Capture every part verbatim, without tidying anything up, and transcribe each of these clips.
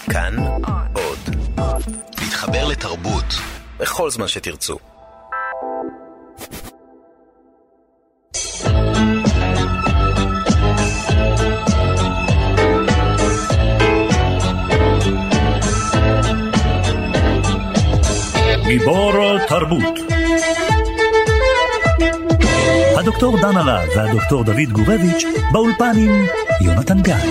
כאן עוד. להתחבר לתרבות בכל זמן שתרצו. גיבור תרבות. הדוקטור דן הרב והדוקטור דוד גורביץ' באולפן עם יונתן גת.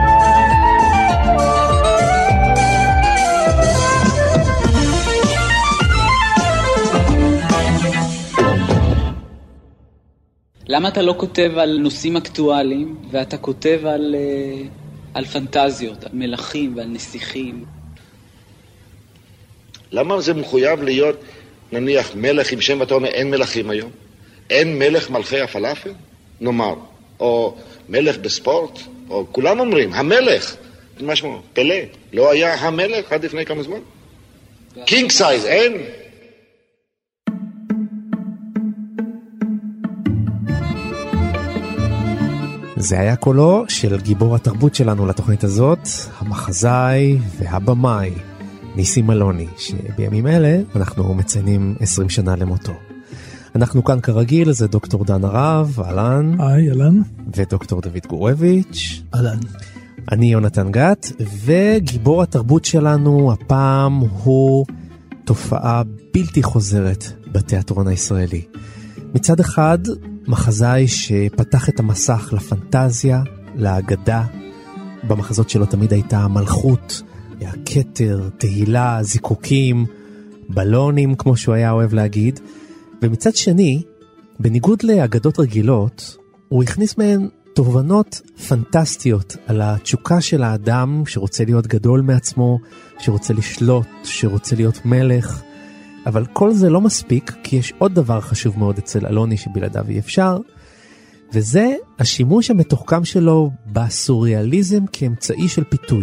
למה אתה לא כותב על נושאים אקטואליים ואתה כותב על, על פנטזיות, על מלכים ועל נסיכים? למה זה מחויב להיות, נניח, מלך עם שם, ואתה אומר, אין מלכים היום? אין מלך מלכי הפלאפל? נאמר. או מלך בספורט? או כולם אומרים, המלך. מה שמו? פלא. לא היה המלך עד לפני כמה זמן? קינג סייז, אין. זה היה קולו של גיבור התרבות שלנו לתוכנית הזאת, המחזאי והבמאי. ניסים אלוני, שבימים אלה אנחנו מציינים עשרים שנה למותו. אנחנו כאן כרגיל, זה דוקטור דן הרב, אלן. היי, אלן. ודוקטור דוד גורביץ'. אלן. אני יונתן גת, וגיבור התרבות שלנו הפעם הוא תופעה בלתי חוזרת בתיאטרון הישראלי. מצד אחד, מחזאי שפתח את המסך לפנטזיה, לאגדה. במחזות שלו תמיד הייתה מלכות, היה כתר, תהילה, זיקוקים, בלונים, כמו שהוא היה אוהב להגיד. ומצד שני, בניגוד לאגדות רגילות, הוא הכניס מהן תובנות פנטסטיות על התשוקה של האדם שרוצה להיות גדול מעצמו, שרוצה לשלוט, שרוצה להיות מלך. אבל כל זה לא מספיק, כי יש עוד דבר חשוב מאוד אצל אלוני שבלעדיו אי אפשר, וזה השימוש המתוחכם שלו בסוריאליזם כאמצעי של פיתוי.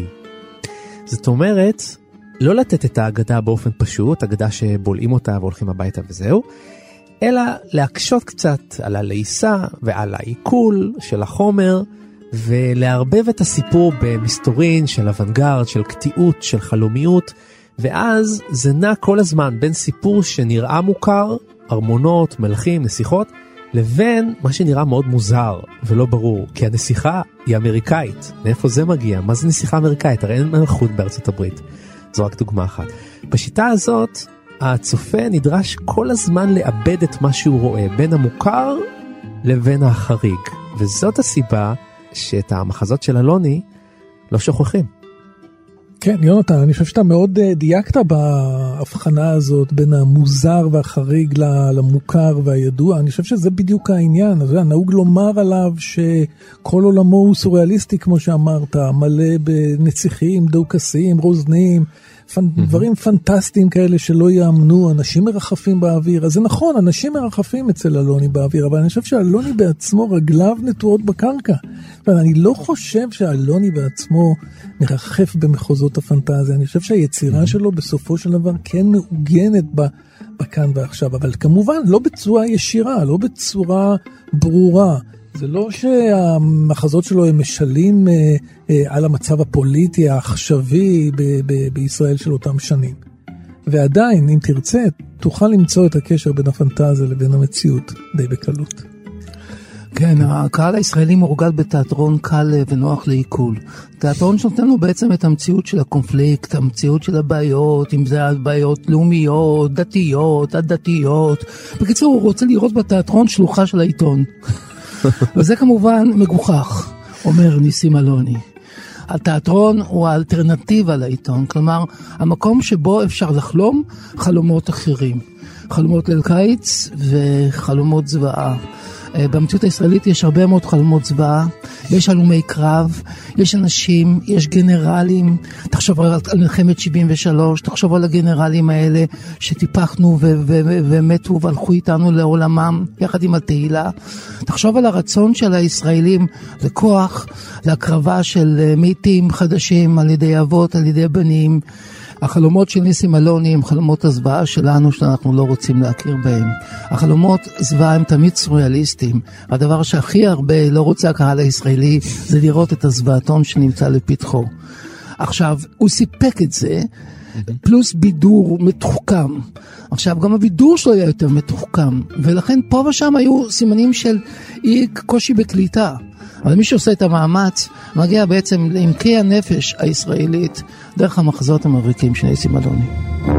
זאת אומרת, לא לתת את האגדה באופן פשוט, אגדה שבולעים אותה והולכים הביתה וזהו, אלא להקשות קצת על הלעיסה ועל העיכול של החומר, ולהרבב את הסיפור במסתורין של אוונגרד, של קטיעות, של חלומיות, ואז זה נע כל הזמן בין סיפור שנראה מוכר, ארמונות, מלכים, נסיכות, לבין מה שנראה מאוד מוזר ולא ברור, כי הנסיכה היא אמריקאית. מאיפה זה מגיע? מה זה נסיכה אמריקאית? הרי אין מלכות בארצות הברית. זו רק דוגמה אחת. בשיטה הזאת, הצופה נדרש כל הזמן לאבד את מה שהוא רואה, בין המוכר לבין החריג. וזאת הסיבה שאת המחזות של אלוני לא שוכחים. כן, יונתן, אני חושב שאתה מאוד דייקת בהבחנה הזאת בין המוזר והחריג למוכר והידוע. אני חושב שזה בדיוק העניין. זה נהוג לומר עליו שכל עולמו הוא סוריאליסטי, כמו שאמרת, מלא בנציחים, דוקסים, רוזנים, דברים פנטסטיים כאלה שלא יאמנו, אנשים מרחפים באוויר. אז זה נכון, אנשים מרחפים אצל אלוני באוויר, אבל אני חושב שאלוני בעצמו רגליו נטועות בקרקע. אני לא חושב שאלוני בעצמו מרחף במחוזות הפנטזיה, אני חושב שהיצירה שלו בסופו של דבר כן מעוגנת בכאן ועכשיו, אבל כמובן לא בצורה ישירה, לא בצורה ברורה. זה לא שהמחזות שלו הם משלים אה, אה, על המצב הפוליטי העכשווי ב- ב- בישראל של אותם שנים. ועדיין, אם תרצה, תוכל למצוא את הקשר בין הפנטזיה לבין המציאות די בקלות. כן, הקהל הישראלי מורגל בתיאטרון קל ונוח לעיכול. תיאטרון שנותן לו בעצם את המציאות של הקונפליקט, המציאות של הבעיות, אם זה הבעיות לאומיות, דתיות, הדתיות. בקיצור, הוא רוצה לראות בתיאטרון שלוחה של העיתון. וזה כמובן מגוחך, אומר ניסים אלוני. התיאטרון הוא האלטרנטיבה לעיתון, כלומר, המקום שבו אפשר לחלום חלומות אחרים. חלומות ליל קיץ וחלומות זוועה. במציאות הישראלית יש הרבה מאוד חלומות זוועה, יש הלומי קרב, יש אנשים, יש גנרלים, תחשוב על מלחמת שבעים ושלוש, תחשוב על הגנרלים האלה שטיפחנו ו- ו- ומתו והלכו איתנו לעולמם, יחד עם התהילה. תחשוב על הרצון של הישראלים לכוח, להקרבה של מתים חדשים על ידי אבות, על ידי בנים. החלומות של ניסים אלוני הם חלומות הזוועה שלנו שאנחנו לא רוצים להכיר בהם. החלומות זוועה הם תמיד סוריאליסטיים. הדבר שהכי הרבה לא רוצה הקהל הישראלי זה לראות את הזוועתון שנמצא לפתחו. עכשיו, הוא סיפק את זה, פלוס בידור מתוחכם. עכשיו, גם הבידור שלו היה יותר מתוחכם, ולכן פה ושם היו סימנים של אי קושי בקליטה. אבל מי שעושה את המאמץ, מגיע בעצם לעמקי הנפש הישראלית, דרך המחזות המבריקים של ניסים אלוני.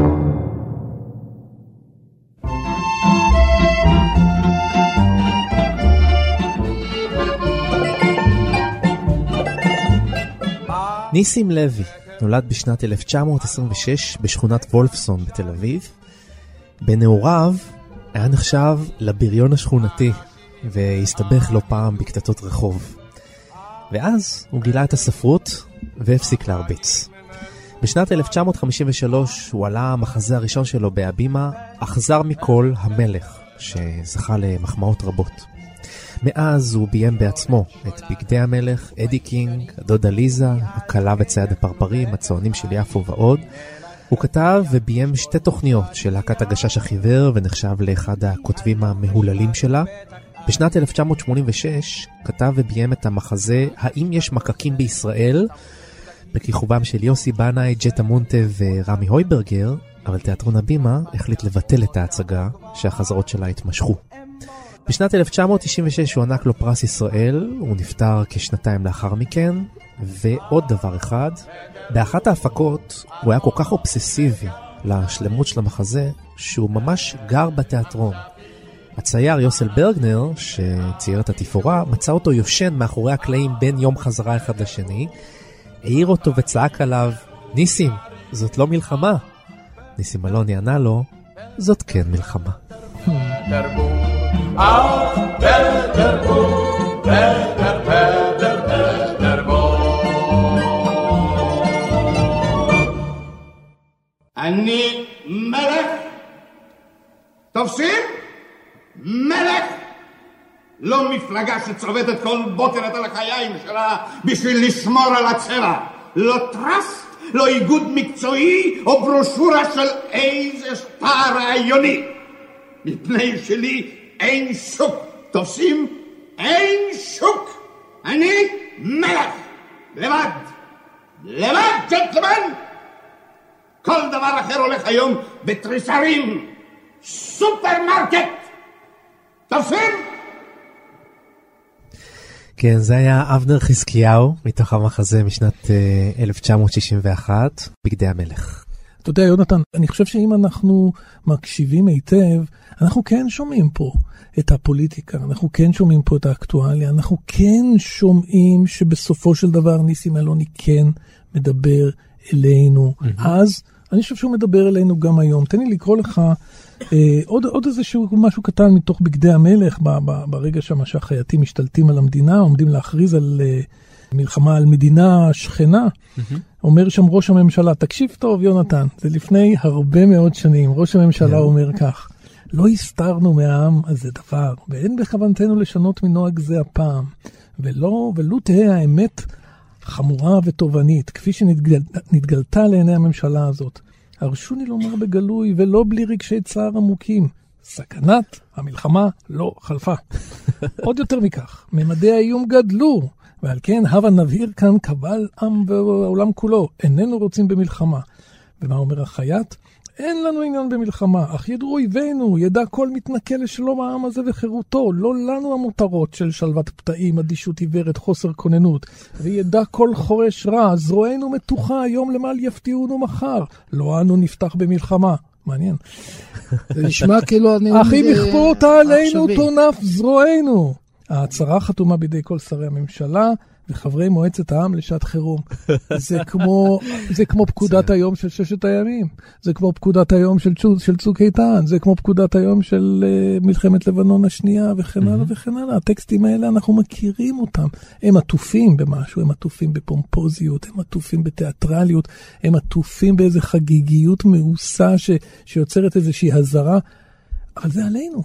ניסים לוי נולד בשנת אלף תשע מאות עשרים ושש בשכונת וולפסון בתל אביב. בנעוריו היה נחשב לבריון השכונתי והסתבך לא פעם בקטטות רחוב. ואז הוא גילה את הספרות והפסיק להרביץ. בשנת אלף תשע מאות חמישים ושלוש הוא עלה המחזה הראשון שלו בהבימה, אכזר מכל המלך, שזכה למחמאות רבות. מאז הוא ביים בעצמו את בגדי המלך, אדי קינג, הדודה ליזה, הקלה וצייד הפרפרים, הצוענים של יפו ועוד. הוא כתב וביים שתי תוכניות של להקת הגשש החיוור ונחשב לאחד הכותבים המהוללים שלה. בשנת אלף תשע מאות שמונים ושש כתב וביים את המחזה האם יש מקקים בישראל, בכיכובם של יוסי בנאי, ג'טה מונטה ורמי הויברגר, אבל תיאטרון הבימה החליט לבטל את ההצגה שהחזרות שלה התמשכו. בשנת אלף תשע מאות תשעים ושש הוא ענק לו פרס ישראל, הוא נפטר כשנתיים לאחר מכן, ועוד דבר אחד, באחת ההפקות הוא היה כל כך אובססיבי לשלמות של המחזה, שהוא ממש גר בתיאטרון. הצייר יוסל ברגנר, שצייר את התפאורה, מצא אותו יושן מאחורי הקלעים בין יום חזרה אחד לשני, העיר אותו וצעק עליו, ניסים, זאת לא מלחמה. ניסים אלוני ענה לו, זאת כן מלחמה. אני מלך, תופסים? מלך, לא מפלגה שצובטת כל בוקר את הלחיים שלה בשביל לשמור על הצבע, לא טרסט, לא איגוד מקצועי או ברושורה של איזה שטר רעיוני. מפני שלי אין שוק, תופסים? אין שוק. אני מלך, לבד, לבד, ג'נטלמן. כל דבר אחר הולך היום בתריסרים, סופרמרקט. תופסים? כן, זה היה אבנר חזקיהו, מתוך המחזה משנת uh, אלף תשע מאות שישים ואחת, בגדי המלך. אתה יודע, יונתן, אני חושב שאם אנחנו מקשיבים היטב, אנחנו כן שומעים פה את הפוליטיקה, אנחנו כן שומעים פה את האקטואליה, אנחנו כן שומעים שבסופו של דבר ניסים אלוני כן מדבר אלינו. Mm-hmm. אז אני חושב שהוא מדבר אלינו גם היום. תן לי לקרוא לך אה, עוד, עוד איזשהו משהו קטן מתוך בגדי המלך, ב, ב, ברגע שמה שהחייטים משתלטים על המדינה, עומדים להכריז על אה, מלחמה על מדינה שכנה. Mm-hmm. אומר שם ראש הממשלה, תקשיב טוב יונתן, זה לפני הרבה מאוד שנים, ראש הממשלה yeah. אומר כך, לא הסתרנו מהעם הזה דבר, ואין בכוונתנו לשנות מנוהג זה הפעם, ולא, ולא תהיה האמת חמורה ותובנית, כפי שנתגלתה לעיני הממשלה הזאת. הרשוני לומר בגלוי ולא בלי רגשי צער עמוקים, סכנת המלחמה לא חלפה. עוד יותר מכך, ממדי האיום גדלו, ועל כן הווה נבהיר כאן קבל עם והעולם כולו, איננו רוצים במלחמה. ומה אומר החייט? אין לנו עניין במלחמה, אך ידעו אויבינו, ידע כל מתנכל לשלום העם הזה וחירותו, לא לנו המותרות של שלוות פתאים, אדישות עיוורת, חוסר כוננות, וידע כל חורש רע, זרוענו מתוחה היום למעל יפתיעונו מחר, לא אנו נפתח במלחמה. מעניין. זה נשמע כאילו הנאום אחי בכפו אותה עלינו תונף זרוענו. ההצהרה חתומה בידי כל שרי הממשלה וחברי מועצת העם לשעת חירום. זה כמו, זה כמו פקודת היום של ששת הימים. זה כמו פקודת היום של, של צוק איתן. זה כמו פקודת היום של uh, מלחמת לבנון השנייה וכן הלאה וכן הלאה. הטקסטים האלה אנחנו מכירים אותם. הם עטופים במשהו, הם עטופים בפומפוזיות, הם עטופים בתיאטרליות, הם עטופים באיזו חגיגיות מעושה ש, שיוצרת איזושהי הזרה. אבל זה עלינו.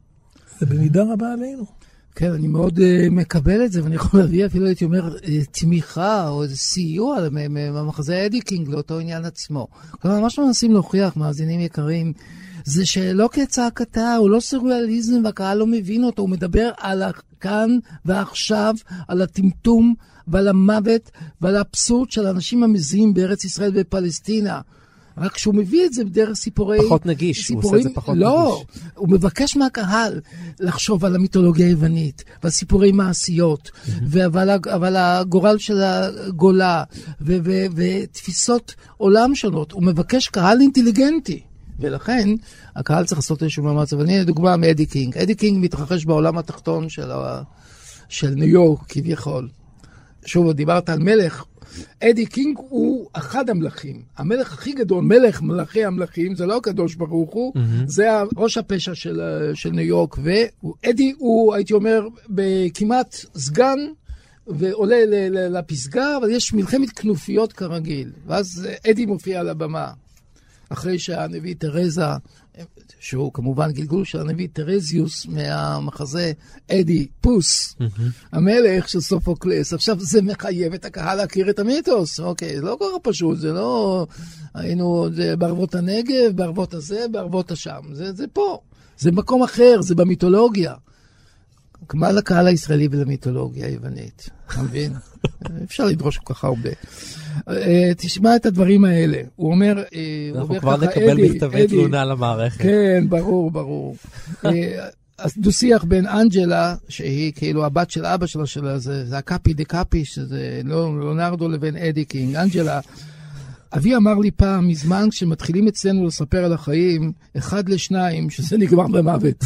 זה במידה רבה עלינו. כן, אני מאוד uh, מקבל את זה, ואני יכול להביא אפילו, הייתי אומר, uh, תמיכה או סיוע מהמחזה אדי קינג לאותו עניין עצמו. כלומר, מה שמנסים להוכיח, מאזינים יקרים, זה שלא כצעקתה, הוא לא סוריאליזם והקהל לא מבין אותו, הוא מדבר על כאן ועכשיו, על הטמטום ועל המוות ועל האבסורד של האנשים המזיעים בארץ ישראל ובפלסטינה. רק שהוא מביא את זה בדרך סיפורי... פחות נגיש, סיפורים, הוא עושה את זה פחות לא, נגיש. לא, הוא מבקש מהקהל לחשוב על המיתולוגיה היוונית, ועל סיפורי מעשיות, mm-hmm. ועל, ועל הגורל של הגולה, ו, ו, ותפיסות עולם שונות. הוא מבקש קהל אינטליגנטי, ולכן הקהל צריך לעשות איזשהו מאמץ. אבל הנה דוגמה מאדי קינג. אדי קינג מתרחש בעולם התחתון של, ה, של ניו יורק, כביכול. שוב, דיברת על מלך, אדי קינג הוא אחד המלכים. המלך הכי גדול, מלך מלכי המלכים, זה לא הקדוש ברוך הוא, mm-hmm. זה ראש הפשע של, של ניו יורק, ואדי הוא, הייתי אומר, בכמעט סגן, ועולה ל, ל, לפסגה, אבל יש מלחמת כנופיות כרגיל. ואז אדי מופיע על הבמה, אחרי שהנביא תרזה, שהוא כמובן גלגול של הנביא תרזיוס מהמחזה אדי פוס, mm-hmm. המלך של סופוקלס. עכשיו זה מחייב את הקהל להכיר את המיתוס. אוקיי, זה לא כל כך פשוט, זה לא... היינו זה בערבות הנגב, בערבות הזה, בערבות השם. זה, זה פה. זה מקום אחר, זה במיתולוגיה. כמו לקהל הישראלי ולמיתולוגיה היוונית. אתה מבין? אפשר לדרוש כל כך הרבה. תשמע את הדברים האלה. הוא אומר... אנחנו כבר נקבל מכתבי תלונה למערכת. כן, ברור, ברור. אז דו-שיח בין אנג'לה, שהיא כאילו הבת של אבא שלה, זה הקאפי דה קאפי, שזה לונרדו לבין אדי קינג. אנג'לה, אבי אמר לי פעם, מזמן, כשמתחילים אצלנו לספר על החיים, אחד לשניים, שזה נגמר במוות.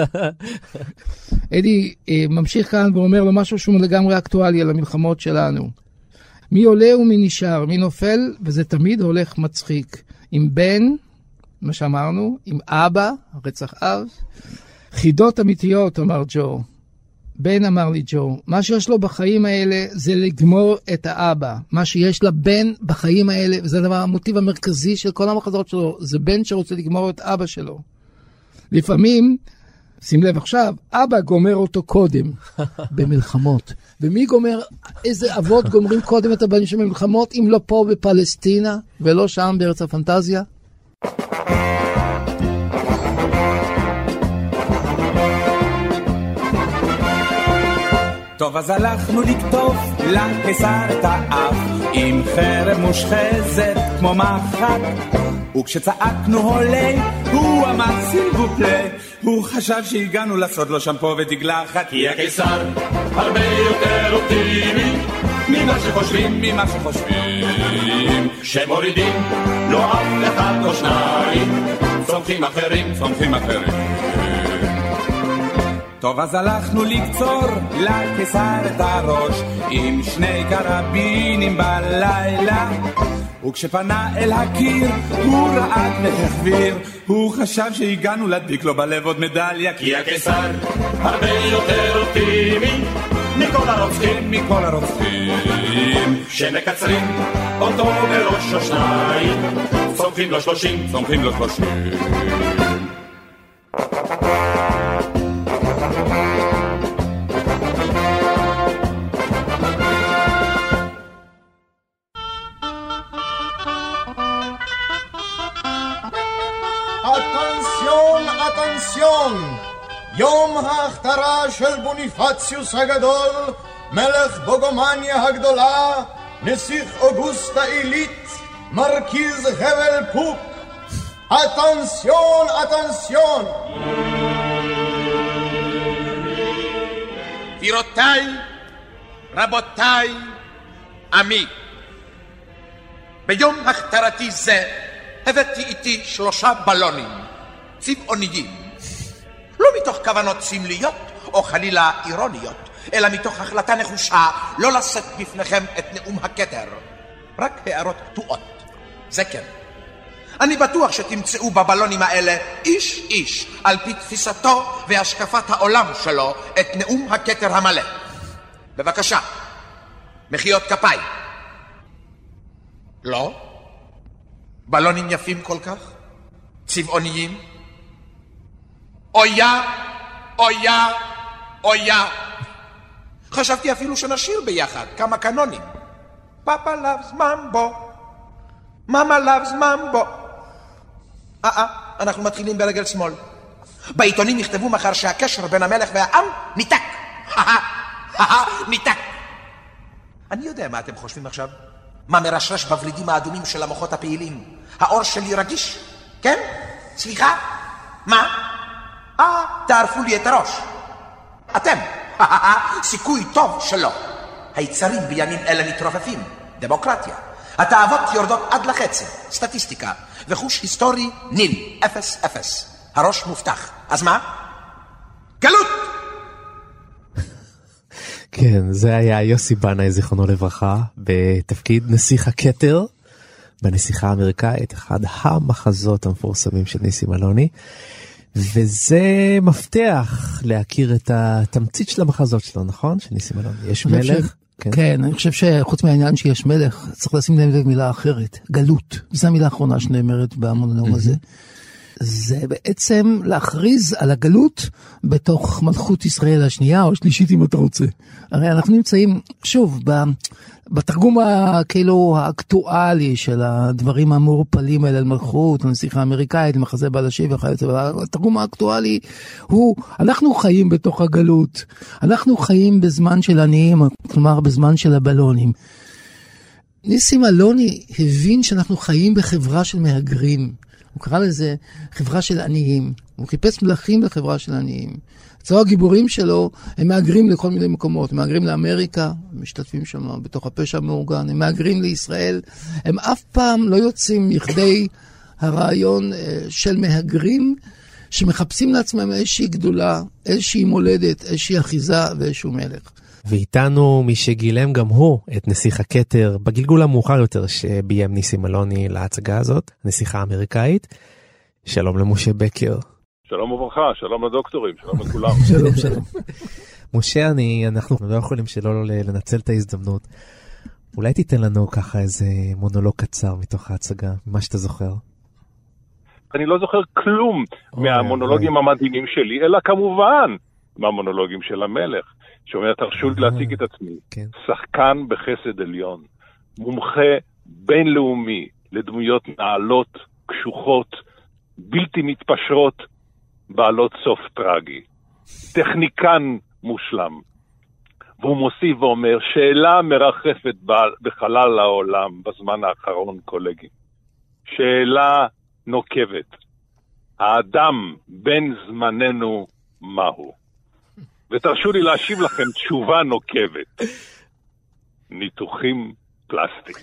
אדי אה, ממשיך כאן ואומר לו משהו שהוא לגמרי אקטואלי על המלחמות שלנו. מי עולה ומי נשאר, מי נופל, וזה תמיד הולך מצחיק. עם בן, מה שאמרנו, עם אבא, רצח אב, חידות אמיתיות, אמר ג'ו. בן אמר לי ג'ו, מה שיש לו בחיים האלה זה לגמור את האבא. מה שיש לבן בחיים האלה, וזה הדבר המוטיב המרכזי של כל המחזות שלו, זה בן שרוצה לגמור את אבא שלו. לפעמים, שים לב עכשיו, אבא גומר אותו קודם במלחמות. ומי גומר, איזה אבות גומרים קודם את הבנים של מלחמות, אם לא פה בפלסטינה, ולא שם בארץ הפנטזיה? טוב, אז הלכנו לקטוף לקיסר את האף עם חרב מושחזת כמו מחק, וכשצעקנו הולי הוא אמר סילבופלי, הוא חשב שהגענו לעשות לו שמפו ודגלה אחת, כי הקיסר הרבה יותר אופטימי ממה שחושבים, ממה שחושבים שמורידים לא אף אחד או שניים, צומחים אחרים, צומחים אחרים. טוב, אז הלכנו לקצור לקיסר את הראש עם שני קרבינים בלילה, וכשפנה אל הקיר הוא רעד והחביר, הוא חשב שהגענו להדביק לו בלב עוד מדליה, כי הקיסר הרבה יותר אופטימי מכל הרוצחים, מכל הרוצחים שמקצרים אותו בראש או שניים, צומחים לו שלושים, צומחים לו שלושים. יום ההכתרה של בוניפציוס הגדול, מלך בוגומניה הגדולה, נסיך אוגוסטה עילית, מרכיז חבל פוק. אטנסיון, אטנסיון. גבירותיי, רבותיי, עמי, ביום הכתרתי זה הבאתי איתי שלושה בלונים צבעוניים, לא מתוך כוונות סמליות או חלילה אירוניות, אלא מתוך החלטה נחושה לא לשאת בפניכם את נאום הכתר, רק הערות תועות. זה כן, אני בטוח שתמצאו בבלונים האלה איש איש על פי תפיסתו והשקפת העולם שלו את נאום הכתר המלא. בבקשה, מחיאות כפיים. לא? בלונים יפים כל כך? צבעוניים? אויה, אויה, אויה. חשבתי אפילו שנשיר ביחד כמה קנונים. פאפה loves ממבו, מאמה loves ממבו. אה, אה, אנחנו מתחילים ברגל שמאל. בעיתונים יכתבו מחר שהקשר בין המלך והעם ניתק. ניתק. אני יודע מה אתם חושבים עכשיו. מה מרשרש בוורידים האדומים של המוחות הפעילים? האור שלי רגיש? כן? סליחה? מה? אה, תערפו לי את הראש. אתם, סיכוי טוב שלא. היצרים בימים אלה מתרופפים. דמוקרטיה. התאוות יורדות עד לחצי. סטטיסטיקה. וחוש היסטורי ניל. אפס אפס. הראש מובטח. אז מה? גלות! כן, זה היה יוסי בנאי, זיכרונו לברכה, בתפקיד נסיך הכתר, בנסיכה האמריקאית, אחד המחזות המפורסמים של ניסים אלוני, וזה מפתח להכיר את התמצית של המחזות שלו, נכון? של ניסים אלוני. יש מלך? כן. כן, אני חושב שחוץ מהעניין שיש מלך, צריך לשים לב מילה אחרת, גלות. זו המילה האחרונה שנאמרת במונולוג הזה. זה בעצם להכריז על הגלות בתוך מלכות ישראל השנייה או השלישית אם אתה רוצה. הרי אנחנו נמצאים, שוב, בתרגום כאילו האקטואלי של הדברים המעורפלים האלה על מלכות, הנסיכה האמריקאית, מחזה בלשי וכיוצא. התרגום האקטואלי הוא, אנחנו חיים בתוך הגלות, אנחנו חיים בזמן של עניים, כלומר בזמן של הבלונים. ניסים אלוני הבין שאנחנו חיים בחברה של מהגרים. הוא קרא לזה חברה של עניים. הוא חיפש מלכים לחברה של עניים. אצלו הגיבורים שלו הם מאגרים לכל מיני מקומות. הם מאגרים לאמריקה, הם משתתפים שם בתוך הפשע המאורגן. הם מאגרים לישראל. הם אף פעם לא יוצאים מכדי הרעיון של מהגרים שמחפשים לעצמם איזושהי גדולה, איזושהי מולדת, איזושהי אחיזה ואיזשהו מלך. ואיתנו מי שגילם גם הוא את נסיך הכתר בגלגול המאוחר יותר שביים ניסים אלוני להצגה הזאת, הנסיכה האמריקאית. שלום למשה בקר. שלום וברכה, שלום לדוקטורים, שלום לכולם. שלום, שלום. משה, אני, אנחנו לא יכולים שלא לנצל את ההזדמנות. אולי תיתן לנו ככה איזה מונולוג קצר מתוך ההצגה, מה שאתה זוכר. אני לא זוכר כלום מהמונולוגים המדהימים שלי, אלא כמובן מהמונולוגים של המלך. שאומר, תרשו לי להציג את עצמי. כן. שחקן בחסד עליון, מומחה בינלאומי לדמויות נעלות, קשוחות, בלתי מתפשרות, בעלות סוף טרגי. טכניקן מושלם. והוא מוסיף ואומר, שאלה מרחפת בחלל העולם בזמן האחרון, קולגים. שאלה נוקבת. האדם בן זמננו מהו? ותרשו לי להשיב לכם תשובה נוקבת. ניתוחים פלסטיק.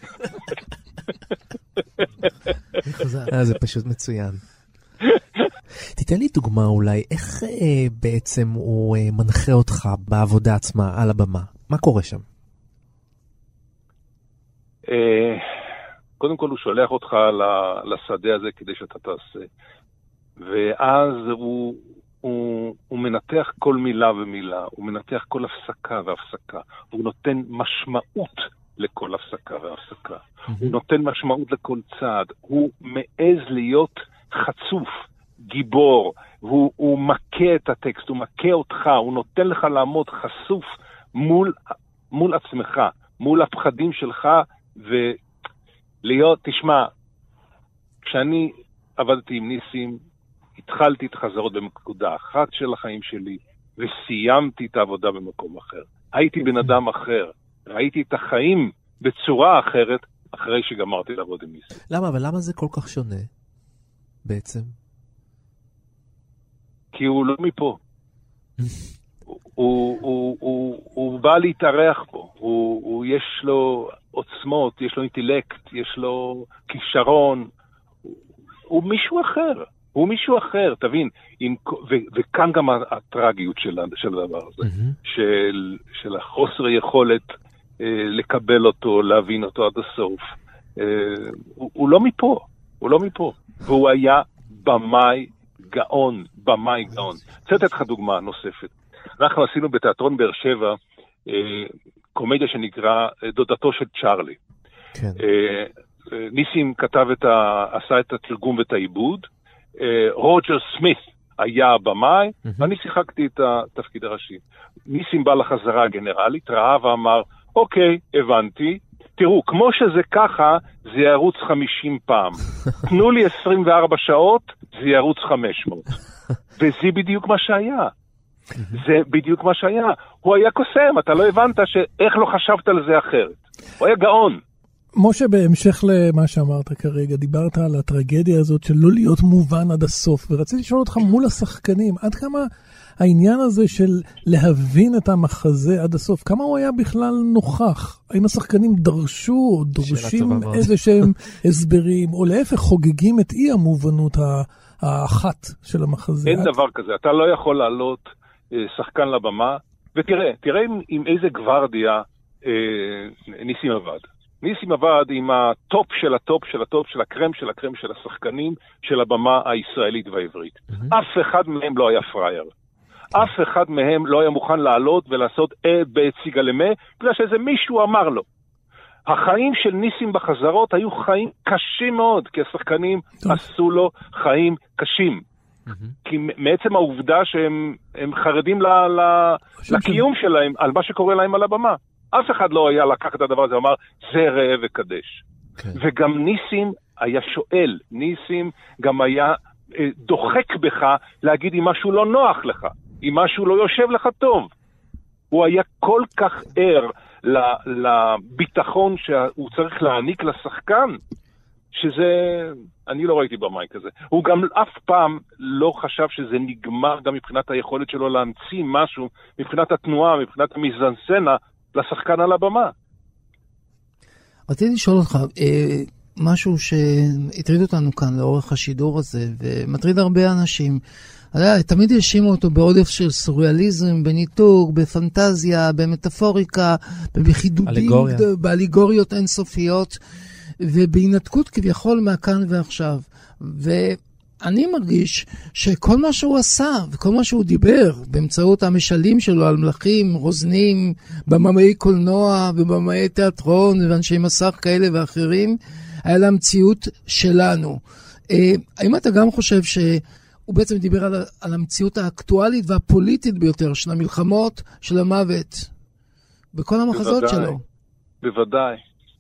זה פשוט מצוין. תיתן לי דוגמה אולי, איך אה, בעצם הוא אה, מנחה אותך בעבודה עצמה על הבמה? מה קורה שם? אה, קודם כל הוא שולח אותך לשדה הזה כדי שאתה תעשה. ואז הוא... הוא, הוא מנתח כל מילה ומילה, הוא מנתח כל הפסקה והפסקה, הוא נותן משמעות לכל הפסקה והפסקה, mm-hmm. הוא נותן משמעות לכל צעד, הוא מעז להיות חצוף, גיבור, הוא, הוא מכה את הטקסט, הוא מכה אותך, הוא נותן לך לעמוד חשוף מול, מול עצמך, מול הפחדים שלך, ולהיות, תשמע, כשאני עבדתי עם ניסים, התחלתי את חזרות במקודה אחת של החיים שלי, וסיימתי את העבודה במקום אחר. הייתי בן אדם אחר, ראיתי את החיים בצורה אחרת, אחרי שגמרתי לעבוד עם ניסים. למה? אבל למה זה כל כך שונה, בעצם? כי הוא לא מפה. הוא, הוא, הוא, הוא, הוא בא להתארח פה, הוא, הוא, יש לו עוצמות, יש לו אינטלקט, יש לו כישרון, הוא, הוא מישהו אחר. הוא מישהו אחר, תבין, עם, ו, וכאן גם הטרגיות של, של הדבר הזה, mm-hmm. של, של החוסר יכולת אה, לקבל אותו, להבין אותו עד הסוף. אה, הוא, הוא לא מפה, הוא לא מפה. והוא היה במאי גאון, במאי גאון. רוצה לתת לך דוגמה נוספת. אנחנו עשינו בתיאטרון באר שבע, אה, קומדיה שנקרא דודתו של צ'ארלי. כן. אה, ניסים כתב את ה, עשה את התרגום ואת העיבוד, רוג'ר סמית היה הבמאי, mm-hmm. ואני שיחקתי את התפקיד הראשי. ניסים בא לחזרה הגנרלית, ראה ואמר, אוקיי, הבנתי, תראו, כמו שזה ככה, זה ירוץ חמישים פעם. תנו לי עשרים וארבע שעות, זה ירוץ חמש מאות. וזה בדיוק מה שהיה. זה בדיוק מה שהיה. הוא היה קוסם, אתה לא הבנת שאיך לא חשבת על זה אחרת. הוא היה גאון. משה, בהמשך למה שאמרת כרגע, דיברת על הטרגדיה הזאת של לא להיות מובן עד הסוף, ורציתי לשאול אותך מול השחקנים, עד כמה העניין הזה של להבין את המחזה עד הסוף, כמה הוא היה בכלל נוכח? האם השחקנים דרשו או דורשים איזה שהם הסברים, או להפך חוגגים את אי המובנות האחת של המחזה? אין דבר כזה, אתה לא יכול לעלות שחקן לבמה, ותראה, תראה עם, עם איזה גוורדיה אה, ניסים עבד. ניסים עבד עם הטופ של הטופ של הטופ של הקרם של הקרם של השחקנים של הבמה הישראלית והעברית. Mm-hmm. אף אחד מהם לא היה פרייר. Okay. אף אחד מהם לא היה מוכן לעלות ולעשות אה בציגלמה, בגלל שזה מישהו אמר לו. החיים של ניסים בחזרות היו חיים קשים מאוד, כי השחקנים okay. עשו לו חיים קשים. Mm-hmm. כי מעצם העובדה שהם הם חרדים ל, ל, לקיום שלהם, על מה שקורה להם על הבמה. אף אחד לא היה לקח את הדבר הזה, אמר, זה ראה וקדש. Okay. וגם ניסים היה שואל, ניסים גם היה אה, דוחק בך להגיד אם משהו לא נוח לך, אם משהו לא יושב לך טוב. הוא היה כל כך ער לביטחון שהוא צריך להעניק לשחקן, שזה, אני לא ראיתי במאי כזה. הוא גם אף פעם לא חשב שזה נגמר גם מבחינת היכולת שלו להמציא משהו, מבחינת התנועה, מבחינת המזנסנה, לשחקן על הבמה. רציתי לשאול אותך, אה, משהו שהטריד אותנו כאן לאורך השידור הזה, ומטריד הרבה אנשים. תמיד ישימו אותו בעודף של סוריאליזם, בניתוק, בפנטזיה, במטאפוריקה, בחידודים, באליגוריות אינסופיות, ובהינתקות כביכול מהכאן ועכשיו. ו... אני מרגיש שכל מה שהוא עשה וכל מה שהוא דיבר באמצעות המשלים שלו על מלכים, רוזנים, במאי קולנוע ובמאי תיאטרון ואנשי מסך כאלה ואחרים, היה לה מציאות שלנו. האם אתה גם חושב שהוא בעצם דיבר על, על המציאות האקטואלית והפוליטית ביותר של המלחמות, של המוות, בכל המחזות בוודאי, שלו? בוודאי.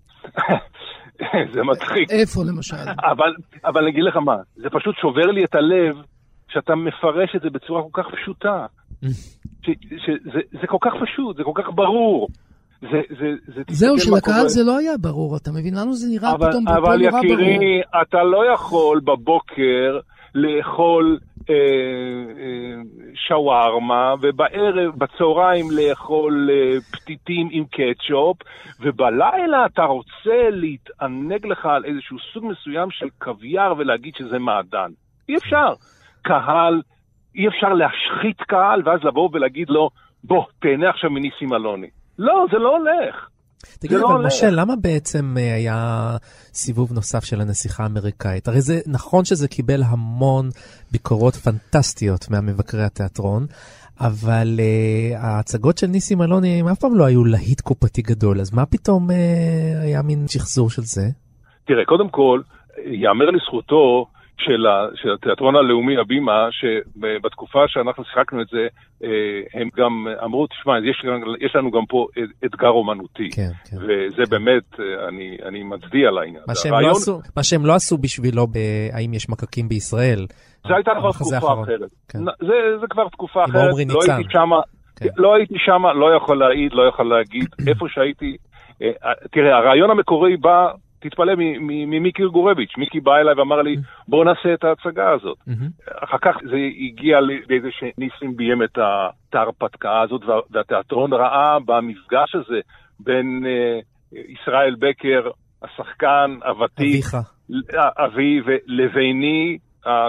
זה מצחיק. איפה למשל? אבל, אבל אני אגיד לך מה, זה פשוט שובר לי את הלב שאתה מפרש את זה בצורה כל כך פשוטה. ש, שזה, זה כל כך פשוט, זה כל כך ברור. זה, זה, זה זהו, שלקהל זה לא היה ברור, אתה מבין? לנו זה נראה אבל, פתאום אבל נורא ברור. אבל יקירי, אתה לא יכול בבוקר לאכול אה, אה, שווארמה, ובערב, בצהריים לאכול אה, פתיתים עם קטשופ, ובלילה אתה רוצה להתענג לך על איזשהו סוג מסוים של קוויאר ולהגיד שזה מעדן. אי אפשר. קהל, אי אפשר להשחית קהל, ואז לבוא ולהגיד לו, בוא, תהנה עכשיו מניסים אלוני. לא, זה לא הולך. תגיד, אבל משה, למה בעצם היה סיבוב נוסף של הנסיכה האמריקאית? הרי זה נכון שזה קיבל המון ביקורות פנטסטיות מהמבקרי התיאטרון, אבל uh, ההצגות של ניסים אלוני הם אף פעם לא היו להיט קופתי גדול, אז מה פתאום uh, היה מין שחזור של זה? תראה, קודם כל, יאמר לזכותו של, ה, של התיאטרון הלאומי הבימה, שבתקופה שאנחנו שיחקנו את זה, הם גם אמרו, תשמע, יש, יש לנו גם פה אתגר אומנותי. כן, כן. וזה באמת, אני, אני מצדיע על העניין. מה שהם, הרעיון... לא עשו, מה שהם לא עשו בשבילו, בהאם יש מקקים בישראל. זה הייתה כבר תקופה אחרון. אחרת. כן. זה, זה כבר תקופה אחרת. לא הייתי שמה, כן. לא הייתי שמה, לא יכול להעיד, לא יכול להגיד. איפה שהייתי, תראה, הרעיון המקורי בא, תתפלא ממיקי גורביץ'. מיקי בא אליי ואמר לי, בוא נעשה את ההצגה הזאת. אחר כך זה הגיע לאיזה שניסים ביים את ההרפתקה הזאת, והתיאטרון ראה במפגש הזה בין ישראל בקר, השחקן, הוותיק, אבי, ולביני,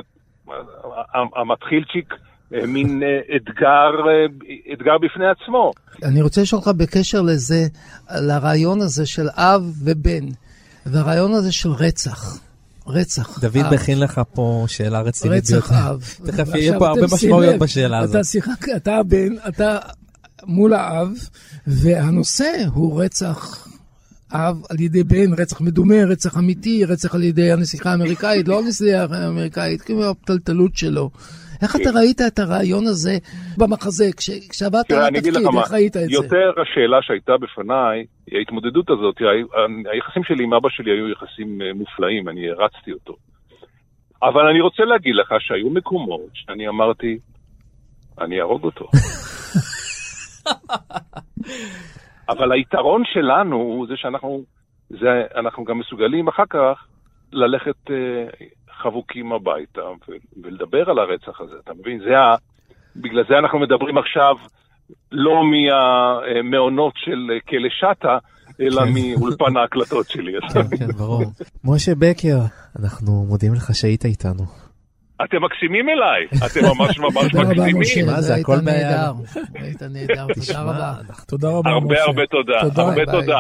המתחילצ'יק, מין אתגר, אתגר בפני עצמו. אני רוצה לשאול לך בקשר לזה, לרעיון הזה של אב ובן. והרעיון הזה של רצח, רצח דוד אב. בכין לך פה שאלה רצינית רצח אב. תכף יהיה פה הרבה משמעויות בשאלה הזאת. אתה שיחק, אתה הבן, אתה מול האב, והנושא הוא רצח אב על ידי בן, רצח מדומה, רצח אמיתי, רצח על ידי הנסיכה האמריקאית, לא הנסיכה האמריקאית, כמו הפתלתלות שלו. איך אתה ראית את הרעיון הזה במחזה, כשעבדת על התפקיד, איך ראית את זה? יותר השאלה שהייתה בפניי, ההתמודדות הזאת, היחסים שלי עם אבא שלי היו יחסים מופלאים, אני הרצתי אותו. אבל אני רוצה להגיד לך שהיו מקומות שאני אמרתי, אני ארוג אותו. אבל היתרון שלנו הוא זה שאנחנו זה, אנחנו גם מסוגלים אחר כך ללכת אה, חבוקים הביתה ו- ולדבר על הרצח הזה. אתה מבין? זה ה... בגלל זה אנחנו מדברים עכשיו לא מהמעונות של כלא שטה, אלא מאולפן ההקלטות שלי. כן, כן, ברור. משה בקר, אנחנו מודים לך שהיית איתנו. אתם מקסימים אליי, אתם ממש ממש מקסימים. מה זה, הכל נהדר. היית נהדר, תודה רבה. תודה רבה, הרבה הרבה תודה, הרבה תודה.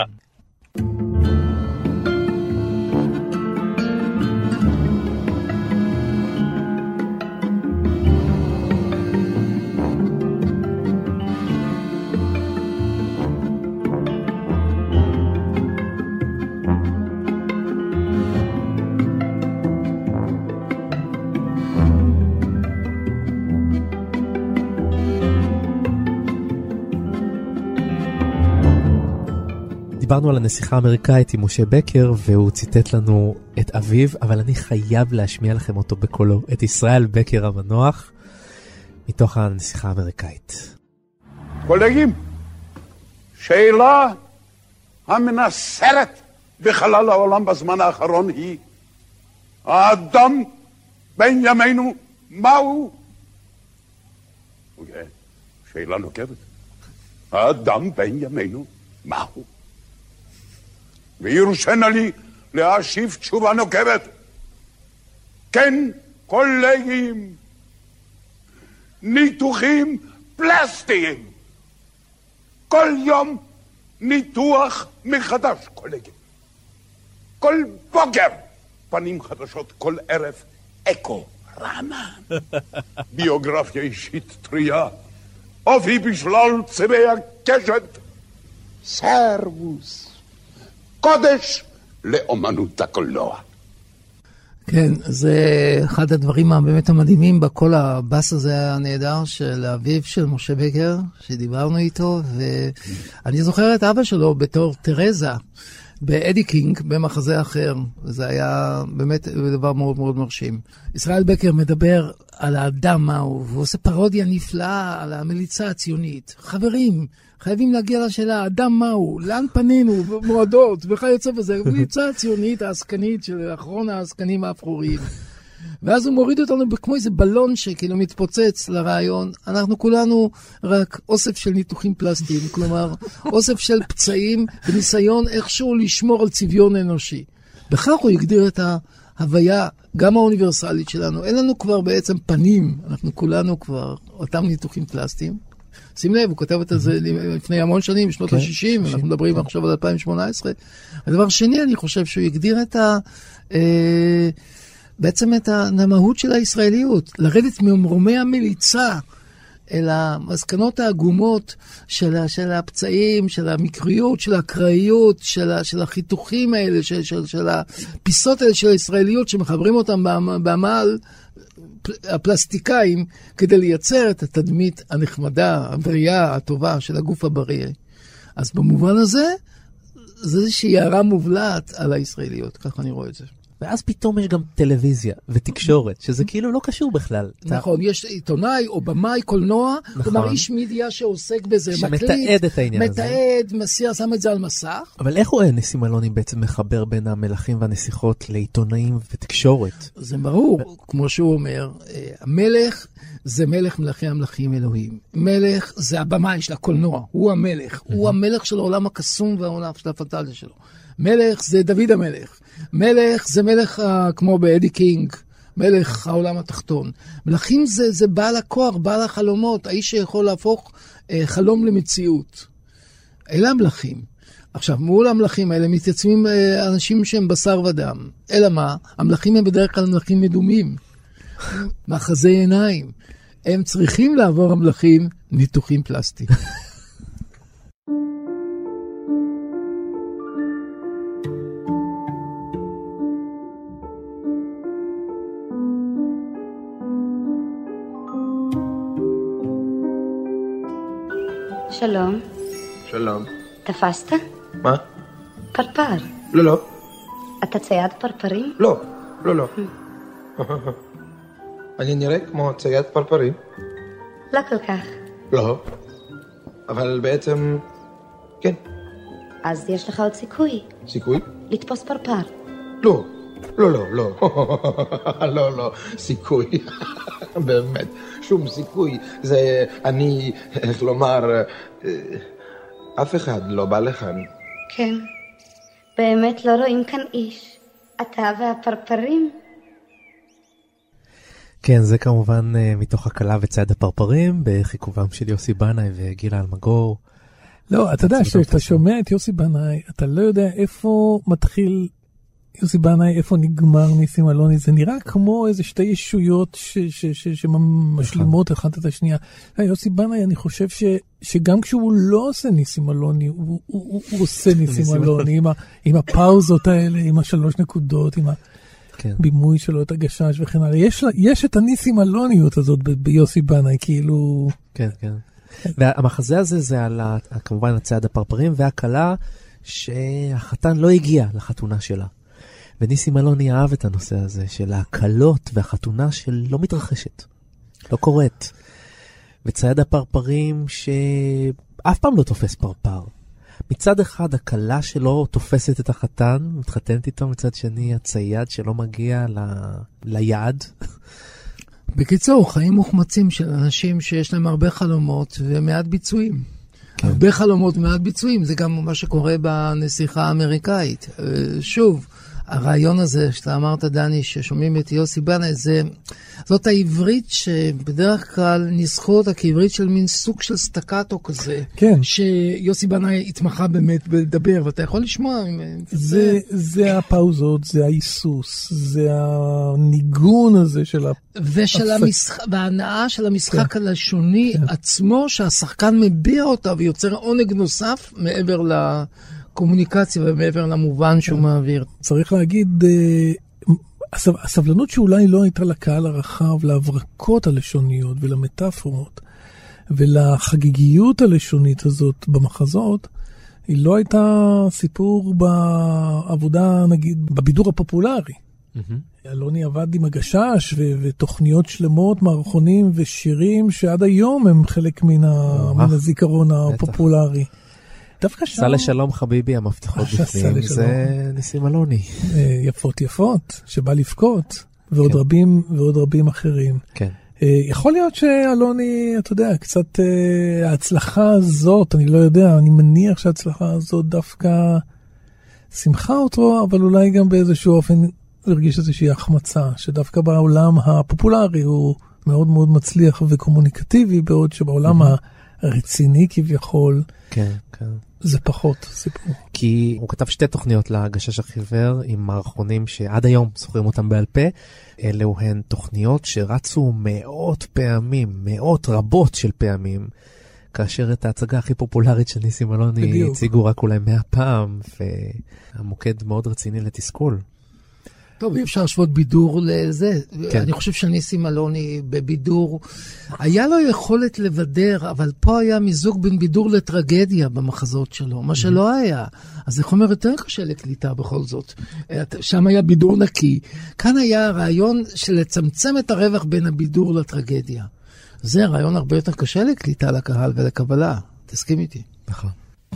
דיברנו על הנסיכה האמריקאית עם משה בקר, והוא ציטט לנו את אביו, אבל אני חייב להשמיע לכם אותו בקולו, את ישראל בקר המנוח, מתוך הנסיכה האמריקאית. קולגים, שאלה המנסרת בחלל העולם בזמן האחרון היא, האדם בין ימינו מהו? אוקיי, שאלה נוקבת. האדם בין ימינו מהו? וירושנה לי להשיב תשובה נוקבת. כן, קולגים, ניתוחים פלסטיים. כל יום ניתוח מחדש, קולגים. כל בוקר פנים חדשות, כל ערב אקו רמה. ביוגרפיה אישית טריה, אופי בשלל צבעי הקשת. סרבוס. קודש לאומנות הקולנוע. כן, זה אחד הדברים באמת המדהימים בכל הבאס הזה הנהדר של אביו של משה בקר, שדיברנו איתו, ואני זוכר את אבא שלו בתור תרזה, באדי קינג, במחזה אחר. זה היה באמת דבר מאוד מאוד מרשים. ישראל בקר מדבר על האדם מהו, והוא עושה פרודיה נפלאה על המליצה הציונית. חברים, חייבים להגיע לשאלה, האדם מהו, לאן פנינו, מועדות, וכיוצא בזה, המליצה הציונית העסקנית של אחרון העסקנים האפרוריים. ואז הוא מוריד אותנו כמו איזה בלון שכאילו מתפוצץ לרעיון. אנחנו כולנו רק אוסף של ניתוחים פלסטיים, כלומר, אוסף של פצעים וניסיון איכשהו לשמור על צביון אנושי. בכך הוא הגדיר את ההוויה, גם האוניברסלית שלנו. אין לנו כבר בעצם פנים, אנחנו כולנו כבר אותם ניתוחים פלסטיים. שים לב, הוא כותב את זה לפני המון שנים, בשנות ה-שישים, אנחנו מדברים עכשיו על אלפיים שמונה עשרה. הדבר שני, אני חושב שהוא הגדיר את ה... בעצם את המהות של הישראליות, לרדת ממרומי המליצה אל המסקנות העגומות של, של הפצעים, של המקריות, של הקראיות, של, של החיתוכים האלה, של, של, של הפיסות האלה של הישראליות שמחברים אותם בעמל הפלסטיקאים כדי לייצר את התדמית הנחמדה, הבריאה, הטובה של הגוף הבריא. אז במובן הזה, זה איזושהי הערה מובלעת על הישראליות, ככה אני רואה את זה. ואז פתאום יש גם טלוויזיה ותקשורת, שזה כאילו לא קשור בכלל. נכון, יש עיתונאי או במאי, קולנוע, כלומר איש מידיה שעוסק בזה, שמתעד את העניין הזה. מתעד, מסיע, שם את זה על מסך. אבל איך הוא ניסים אלוני בעצם מחבר בין המלכים והנסיכות לעיתונאים ותקשורת? זה ברור, כמו שהוא אומר, המלך זה מלך מלכי המלכים אלוהים. מלך זה הבמאי של הקולנוע, הוא המלך. הוא המלך של העולם הקסום והעולם של הפנטזיה שלו. מלך זה דוד המלך. מלך זה מלך כמו באדי קינג, מלך העולם התחתון. מלכים זה, זה בעל הכוח, בעל החלומות, האיש שיכול להפוך אה, חלום למציאות. אלה המלכים. עכשיו, מול המלכים האלה מתייצבים אה, אנשים שהם בשר ודם. אלא מה? המלכים הם בדרך כלל מלכים מדומים. מאחזי עיניים. הם צריכים לעבור המלכים ניתוחים פלסטיים. שלום. שלום. תפסת? מה? פרפר. לא, לא. אתה צייד פרפרים? לא, לא, לא. אני נראה כמו צייד פרפרים. לא כל כך. לא, אבל בעצם כן. אז יש לך עוד סיכוי. סיכוי? לתפוס פרפר. לא, לא, לא, לא. לא, לא, סיכוי. באמת, שום סיכוי. זה אני, איך לומר, אף אחד לא בא לכאן. כן, באמת לא רואים כאן איש. אתה והפרפרים? כן, זה כמובן מתוך הקלה וצעד הפרפרים, בחיכובם של יוסי בנאי וגילה אלמגור. לא, אתה יודע, כשאתה שומע את יוסי בנאי, אתה לא יודע איפה מתחיל יוסי בנאי, איפה נגמר ניסים אלוני. זה נראה כמו איזה שתי ישויות שמשלימות אחת את השנייה. יוסי בנאי, אני חושב שגם כשהוא לא עושה ניסים אלוני, הוא עושה ניסים אלוני, עם הפאוזות האלה, עם השלוש נקודות, עם הבימוי שלו, את הגשש וכן הלאה. יש את הניסים אלוניות הזאת ביוסי בנאי, כאילו... כן, כן. והמחזה הזה זה על, כמובן, הצעד הפרפרים והקלה שהחתן לא הגיע לחתונה שלה. וניסים אלוני אהב את הנושא הזה של ההקלות והחתונה שלא מתרחשת, לא קורית. וצעד הפרפרים שאף פעם לא תופס פרפר. מצד אחד הקלה שלא תופסת את החתן, מתחתנת איתו, מצד שני הצייד שלא מגיע ל... ליעד. בקיצור, חיים מוחמצים של אנשים שיש להם הרבה חלומות ומעט ביצועים. כן. הרבה חלומות ומעט ביצועים, זה גם מה שקורה בנסיכה האמריקאית. שוב, הרעיון הזה שאתה אמרת, דני, ששומעים את יוסי בנאי, זה, זאת העברית שבדרך כלל ניסחו אותה כעברית של מין סוג של סטקטו כזה. כן. שיוסי בנאי התמחה באמת לדבר, ואתה יכול לשמוע. זה, זה הפאוזות, זה ההיסוס, זה הניגון הזה של ה... ושל המשחק, וההנאה של המשחק כן. הלשוני כן. עצמו, שהשחקן מביע אותה ויוצר עונג נוסף מעבר ל... קומוניקציה ומעבר למובן שהוא מעביר. צריך להגיד, הסבלנות שאולי לא הייתה לקהל הרחב, להברקות הלשוניות ולמטאפורות, ולחגיגיות הלשונית הזאת במחזות, היא לא הייתה סיפור בעבודה, נגיד, בבידור הפופולרי. אלוני עבד עם הגשש ותוכניות שלמות, מערכונים ושירים שעד היום הם חלק מן הזיכרון הפופולרי. דווקא שם... סע לשלום חביבי, המפתחות בפנים, זה ניסים אלוני. יפות יפות, שבא לבכות, ועוד רבים ועוד רבים אחרים. כן. יכול להיות שאלוני, אתה יודע, קצת ההצלחה הזאת, אני לא יודע, אני מניח שההצלחה הזאת דווקא שמחה אותו, אבל אולי גם באיזשהו אופן הרגיש איזושהי החמצה, שדווקא בעולם הפופולרי הוא מאוד מאוד מצליח וקומוניקטיבי, בעוד שבעולם הרציני כביכול, כן, כן. זה פחות סיפור. כי הוא כתב שתי תוכניות להגשש החיוור עם מערכונים שעד היום זוכרים אותם בעל פה. אלו הן תוכניות שרצו מאות פעמים, מאות רבות של פעמים, כאשר את ההצגה הכי פופולרית של ניסים אלוני הציגו רק אולי מאה פעם, והמוקד מאוד רציני לתסכול. טוב, אי אפשר לשוות בידור לזה. כן. אני חושב שניסים אלוני בבידור, היה לו יכולת לבדר, אבל פה היה מיזוג בין בידור לטרגדיה במחזות שלו, מה שלא היה. אז זה חומר יותר קשה לקליטה בכל זאת. שם היה בידור נקי. כאן היה הרעיון של לצמצם את הרווח בין הבידור לטרגדיה. זה רעיון הרבה יותר קשה לקליטה לקהל ולקבלה. תסכים איתי. נכון.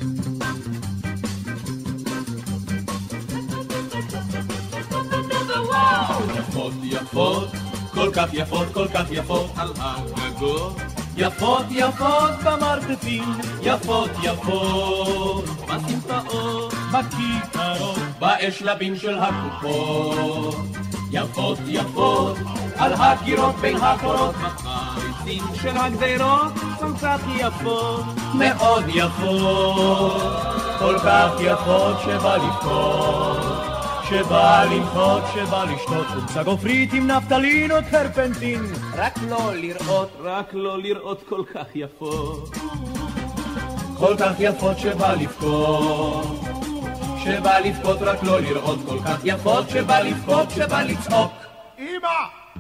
יפות יפות, כל כך יפות, כל כך יפות על הגגות, יפות יפות במרתפים, יפות יפות בסמטאות, בכיכרות, באשלבים של הקופות, יפות יפות על הקירות בין הקורות, בחריצים של הגדרות, גם קצת יפות, מאוד יפות, כל כך יפות שבא לבכות, שבא למחות, שבא לשתות חומצה גופרית עם נפטלין או טרפנטין, רק לא לראות, רק לא לראות כל כך יפות, כל כך יפות שבא לבכות, שבא לבכות, רק לא לראות כל כך יפות, שבא לבכות, שבא לצעוק. אמא!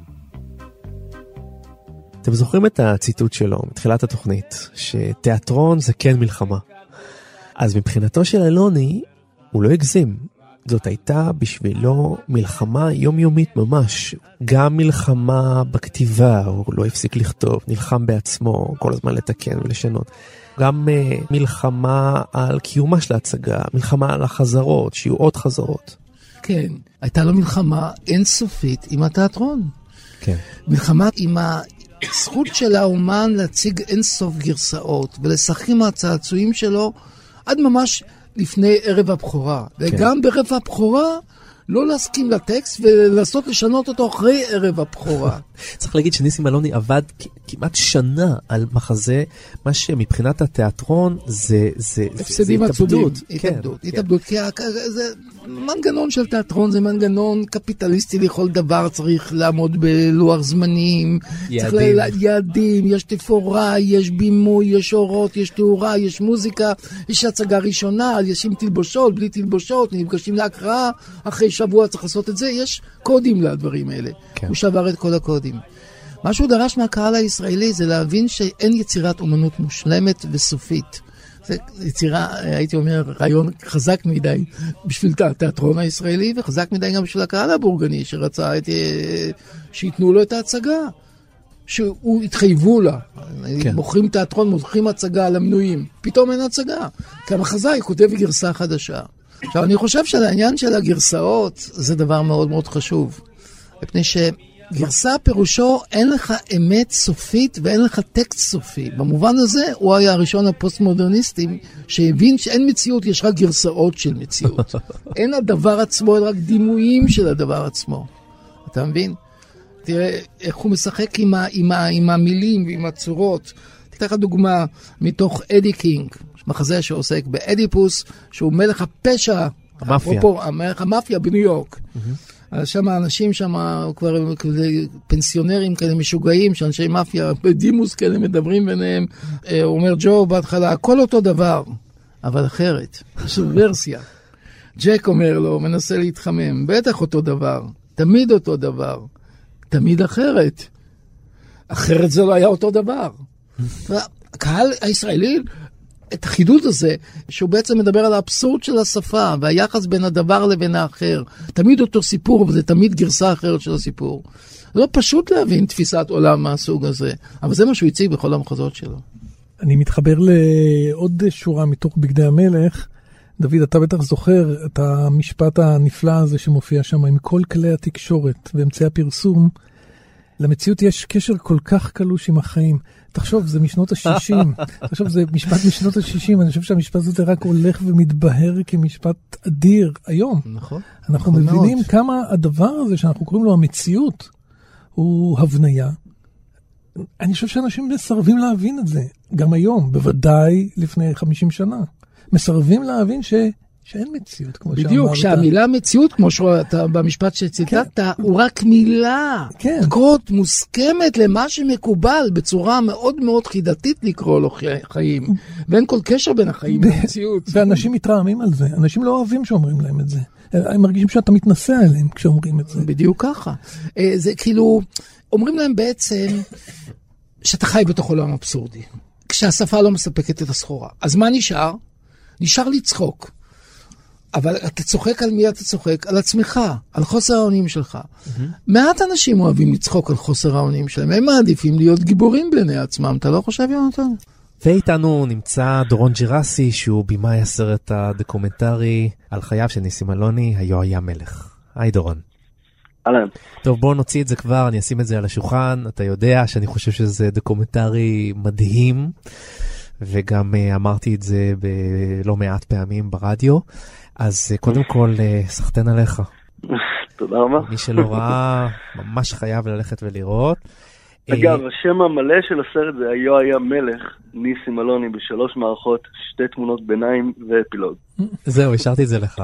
אתם זוכרים את הציטוט שלו מתחילת התוכנית, שתיאטרון זה כן מלחמה. אז מבחינתו של אלוני, הוא לא הגזים. זאת הייתה בשבילו מלחמה יומיומית ממש. גם מלחמה בכתיבה, הוא לא הפסיק לכתוב, נלחם בעצמו, כל הזמן לתקן ולשנות. גם uh, מלחמה על קיומה של ההצגה, מלחמה על החזרות, שיהיו עוד חזרות. כן, הייתה לו מלחמה אינסופית עם התיאטרון. כן. מלחמה עם הזכות של האומן להציג אינסוף גרסאות, ולשחק עם הצעצועים שלו עד ממש לפני ערב הבכורה. כן. וגם בערב הבכורה לא להסכים לטקסט ולנסות לשנות אותו אחרי ערב הבכורה. צריך להגיד שניסים אלוני עבד כמעט שנה על מחזה, מה שמבחינת התיאטרון זה הפסדים עצומים, התאבדות, התאבדות, כי זה מנגנון של תיאטרון, זה מנגנון קפיטליסטי לכל דבר, צריך לעמוד בלוח זמנים, יעדים, יעדים, יש תפאורה, יש בימוי, יש אורות, יש תאורה, יש מוזיקה, יש הצגה ראשונה, יש עם תלבושות, בלי תלבושות, נפגשים להקראה, אחרי שבוע צריך לעשות את זה, יש קודים לדברים האלה. כן. הוא שבר את כל הקודים. מה שהוא דרש מהקהל הישראלי זה להבין שאין יצירת אומנות מושלמת וסופית. זה יצירה, הייתי אומר, רעיון חזק מדי בשביל התיאטרון הישראלי, וחזק מדי גם בשביל הקהל הבורגני, שרצה את, שיתנו לו את ההצגה, שהוא התחייבו לה. כן. מוכרים תיאטרון, מוכרים הצגה על המנויים. פתאום אין הצגה. כי המחזאי כותב גרסה חדשה. עכשיו, אני חושב שהעניין של הגרסאות זה דבר מאוד מאוד חשוב. מפני שגרסה פירושו אין לך אמת סופית ואין לך טקסט סופי. במובן הזה הוא היה הראשון הפוסט-מודרניסטים שהבין שאין מציאות, יש רק גרסאות של מציאות. אין הדבר עצמו, אין רק דימויים של הדבר עצמו. אתה מבין? תראה איך הוא משחק עם, ה, עם, ה, עם המילים ועם הצורות. תקרא לך דוגמה מתוך אדי קינג. מחזה שעוסק באדיפוס, שהוא מלך הפשע, המאפיה. אפרופו, המלך המאפיה בניו יורק. Mm-hmm. אז שם האנשים שם כבר פנסיונרים כאלה משוגעים, שאנשי מאפיה בדימוס כאלה מדברים ביניהם, הוא אומר ג'ו בהתחלה, הכל אותו דבר, אבל אחרת, ורסיה. ג'ק אומר לו, מנסה להתחמם, בטח אותו דבר, תמיד אותו דבר, תמיד אחרת. אחרת זה לא היה אותו דבר. הקהל הישראלי, את החידוד הזה, שהוא בעצם מדבר על האבסורד של השפה, והיחס בין הדבר לבין האחר. תמיד אותו סיפור, וזה תמיד גרסה אחרת של הסיפור. זה לא פשוט להבין תפיסת עולם מהסוג הזה, אבל זה מה שהוא הציג בכל המחזות שלו. אני מתחבר לעוד שורה מתוך בגדי המלך. דוד, אתה בטח זוכר את המשפט הנפלא הזה שמופיע שם, עם כל כלי התקשורת ואמצעי הפרסום, למציאות יש קשר כל כך קלוש עם החיים. תחשוב, זה משנות ה-שישים. תחשוב, זה משפט משנות ה-שישים. אני חושב שהמשפט הזה רק הולך ומתבהר כמשפט אדיר היום. נכון. אנחנו נכון מבינים מאוד. כמה הדבר הזה שאנחנו קוראים לו המציאות, הוא הבניה. אני חושב שאנשים מסרבים להבין את זה. גם היום, בוודאי לפני חמישים שנה. מסרבים להבין ש... שאין מציאות, כמו שאמרת. בדיוק, שהמילה מציאות, כמו שאתה במשפט שציטטת, הוא רק מילה. כן. קוד מוסכמת למה שמקובל בצורה מאוד מאוד חידתית לקרוא לו חיים. ואין כל קשר בין החיים למציאות. ואנשים מתרעמים על זה. אנשים לא אוהבים שאומרים להם את זה. הם מרגישים שאתה מתנסה עליהם כשאומרים את זה. בדיוק ככה. זה כאילו, אומרים להם בעצם שאתה חי בתוך עולם אבסורדי. כשהשפה לא מספקת את הסחורה. אז מה נשאר? נשאר לצחוק. אבל אתה צוחק על מי אתה צוחק? על עצמך, על חוסר האונים שלך. Mm-hmm. מעט אנשים אוהבים לצחוק על חוסר האונים שלהם, הם מעדיפים להיות גיבורים בעיני עצמם, אתה לא חושב יונתן? ואיתנו נמצא דורון ג'רסי, שהוא בימאי הסרט הדוקומנטרי על חייו של ניסים אלוני, היו היה מלך. היי דורון. אהלן. טוב, בואו נוציא את זה כבר, אני אשים את זה על השולחן, אתה יודע שאני חושב שזה דוקומנטרי מדהים, וגם אמרתי את זה בלא מעט פעמים ברדיו, אז קודם כל, סחטן עליך. תודה רבה. מי שלא ראה, ממש חייב ללכת ולראות. אגב, השם המלא של הסרט זה היו היה מלך, ניסים אלוני, בשלוש מערכות, שתי תמונות ביניים ואפילוג. זהו, השארתי את זה לך.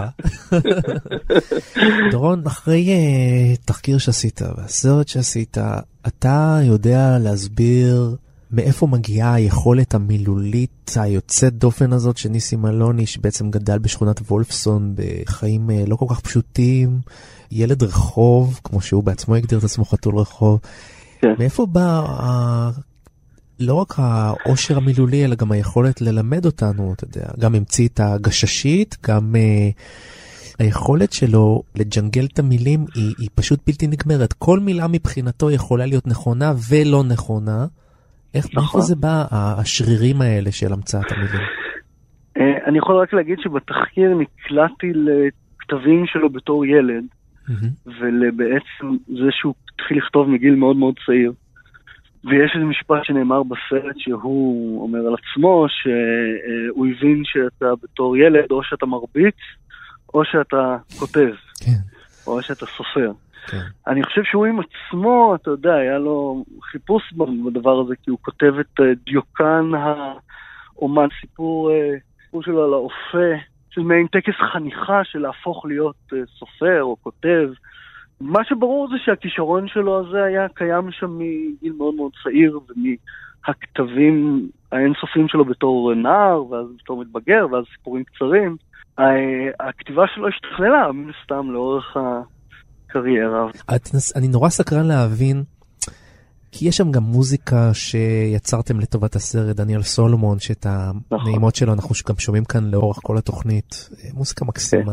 דורון, אחרי תחקיר שעשית והסרט שעשית, אתה יודע להסביר מאיפה מגיעה היכולת המילולית היוצאת דופן הזאת של ניסים אלוני, שבעצם גדל בשכונת וולפסון בחיים לא כל כך פשוטים, ילד רחוב, כמו שהוא בעצמו הגדיר את עצמו חתול רחוב. כן. מאיפה בא ה... לא רק העושר המילולי, אלא גם היכולת ללמד אותנו, אתה יודע, גם המציא את הגששית, גם היכולת שלו לג'נגל את המילים היא, היא פשוט בלתי נגמרת. כל מילה מבחינתו יכולה להיות נכונה ולא נכונה. איך, נכון. מאיפה זה בא, השרירים האלה של המצאת המילים? אני יכול רק להגיד שבתחקיר נקלעתי לכתבים שלו בתור ילד, mm-hmm. ולבעצם זה שהוא התחיל לכתוב מגיל מאוד מאוד צעיר. ויש איזה משפט שנאמר בסרט שהוא אומר על עצמו, שהוא הבין שאתה בתור ילד, או שאתה מרביץ, או שאתה כותב, כן. או שאתה סופר. כן. אני חושב שהוא עם עצמו, אתה יודע, היה לו חיפוש בדבר הזה, כי הוא כותב את דיוקן האומן, סיפור, סיפור שלו על האופה, של מעין טקס חניכה של להפוך להיות סופר או כותב. מה שברור זה שהכישרון שלו הזה היה קיים שם מגיל מאוד מאוד צעיר, ומהכתבים האינסופיים שלו בתור נער, ואז בתור מתבגר, ואז סיפורים קצרים. הכתיבה שלו השתכללה, מן סתם לאורך הקריירה. אני נורא סקרן להבין, כי יש שם גם מוזיקה שיצרתם לטובת הסרט, דניאל סולומון, שאת הנעימות שלו אנחנו גם שומעים כאן לאורך כל התוכנית, מוזיקה מקסימה.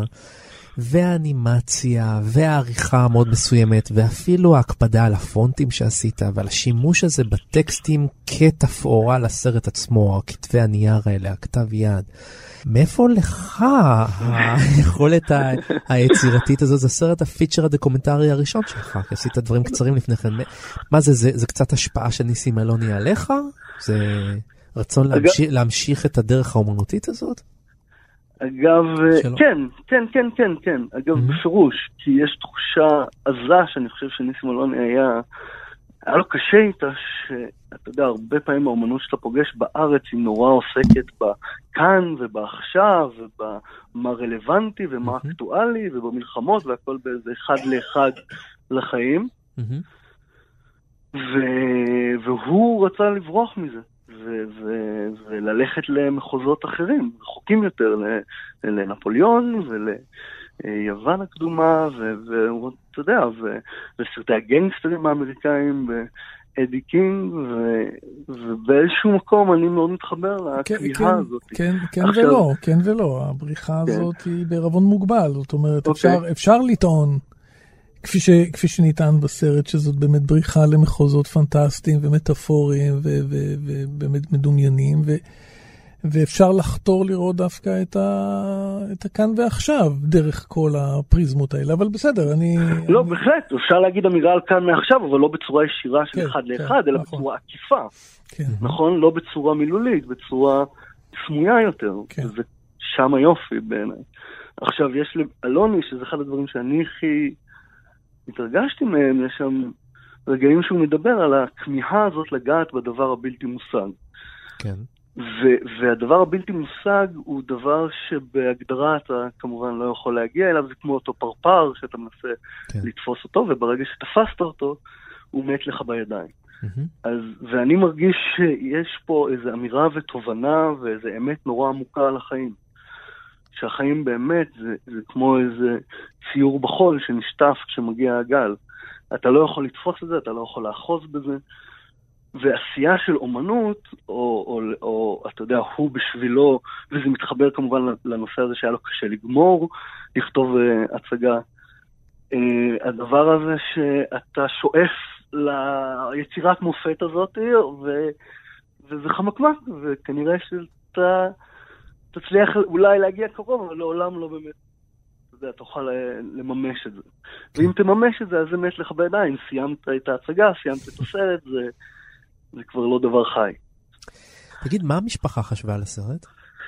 והאנימציה, והעריכה המאוד מסוימת, ואפילו ההקפדה על הפונטים שעשית, ועל השימוש הזה בטקסטים כתפאורה לסרט עצמו, כתבי הנייר האלה, הכתב יד. מאיפה לך היכולת היצירתית הזאת? זה הסרט הפיצ'ר הדוקומנטרי הראשון שלך, כי עשית דברים קצרים לפני כן. מה זה, זה, זה קצת השפעה של ניסים אלוני עליך? זה רצון להמשיך, להמשיך את הדרך האומנותית הזאת? אגב, כן, כן, כן, כן, כן. אגב, בפירוש, כי יש תחושה עזה שאני חושב שניסים אלוני היה, היה לו קשה איתה, שאתה יודע, הרבה פעמים האומנות שאתה פוגש בארץ היא נורא עוסקת בכאן ובעכשיו, ובמה רלוונטי ומה אקטואלי, ובמלחמות והכל באיזה אחד לאחד לחיים. והוא רצה לברוח מזה. וללכת למחוזות אחרים, רחוקים יותר, לנפוליון וליוון הקדומה, ואתה יודע, וסרטי הגנגסטרים האמריקאים, ואדי קינג, ובאיזשהו מקום אני מאוד מתחבר לכמיהה הזאת. כן, כן ולא, כן ולא, הבריחה הזאת היא בערבון מוגבל, זאת אומרת, אפשר לטעון, כפי, ש, כפי שניתן בסרט, שזאת באמת בריחה למחוזות פנטסטיים ומטאפוריים ובאמת מדומיינים, ו, ואפשר לחתור לראות דווקא את, ה, את הכאן ועכשיו, דרך כל הפריזמות האלה, אבל בסדר, אני... לא, אני... בהחלט, אפשר להגיד אמירה על כאן מעכשיו, אבל לא בצורה ישירה של כן, אחד כן, לאחד, אלא נכון. בצורה עקיפה, כן. נכון? לא בצורה מילולית, בצורה סמויה יותר, כן. וזה שם היופי בעיניי. עכשיו, יש לאלוני, שזה אחד הדברים שאני הכי... התרגשתי מהם, יש שם רגעים שהוא מדבר על הכמיהה הזאת לגעת בדבר הבלתי מושג. כן. ו- והדבר הבלתי מושג הוא דבר שבהגדרה אתה כמובן לא יכול להגיע אליו, זה כמו אותו פרפר שאתה מנסה כן. לתפוס אותו, וברגע שתפסת אותו, הוא מת לך בידיים. Mm-hmm. אז, ואני מרגיש שיש פה איזו אמירה ותובנה ואיזו אמת נורא עמוקה על החיים. שהחיים באמת זה, זה כמו איזה ציור בחול שנשטף כשמגיע הגל. אתה לא יכול לתפוס את זה, אתה לא יכול לאחוז בזה. ועשייה של אומנות, או, או, או אתה יודע, הוא בשבילו, וזה מתחבר כמובן לנושא הזה שהיה לו קשה לגמור, לכתוב uh, הצגה. Uh, הדבר הזה שאתה שואף ליצירת מופת הזאת, ו, וזה חמקמק, וכנראה שאתה... תצליח אולי להגיע קרוב, אבל לעולם לא באמת, אתה יודע, תוכל לממש את זה. ואם תממש את זה, אז זה מת לך בידיים. סיימת את ההצגה, סיימת את הסרט, זה, זה כבר לא דבר חי. תגיד, מה המשפחה חשבה על הסרט?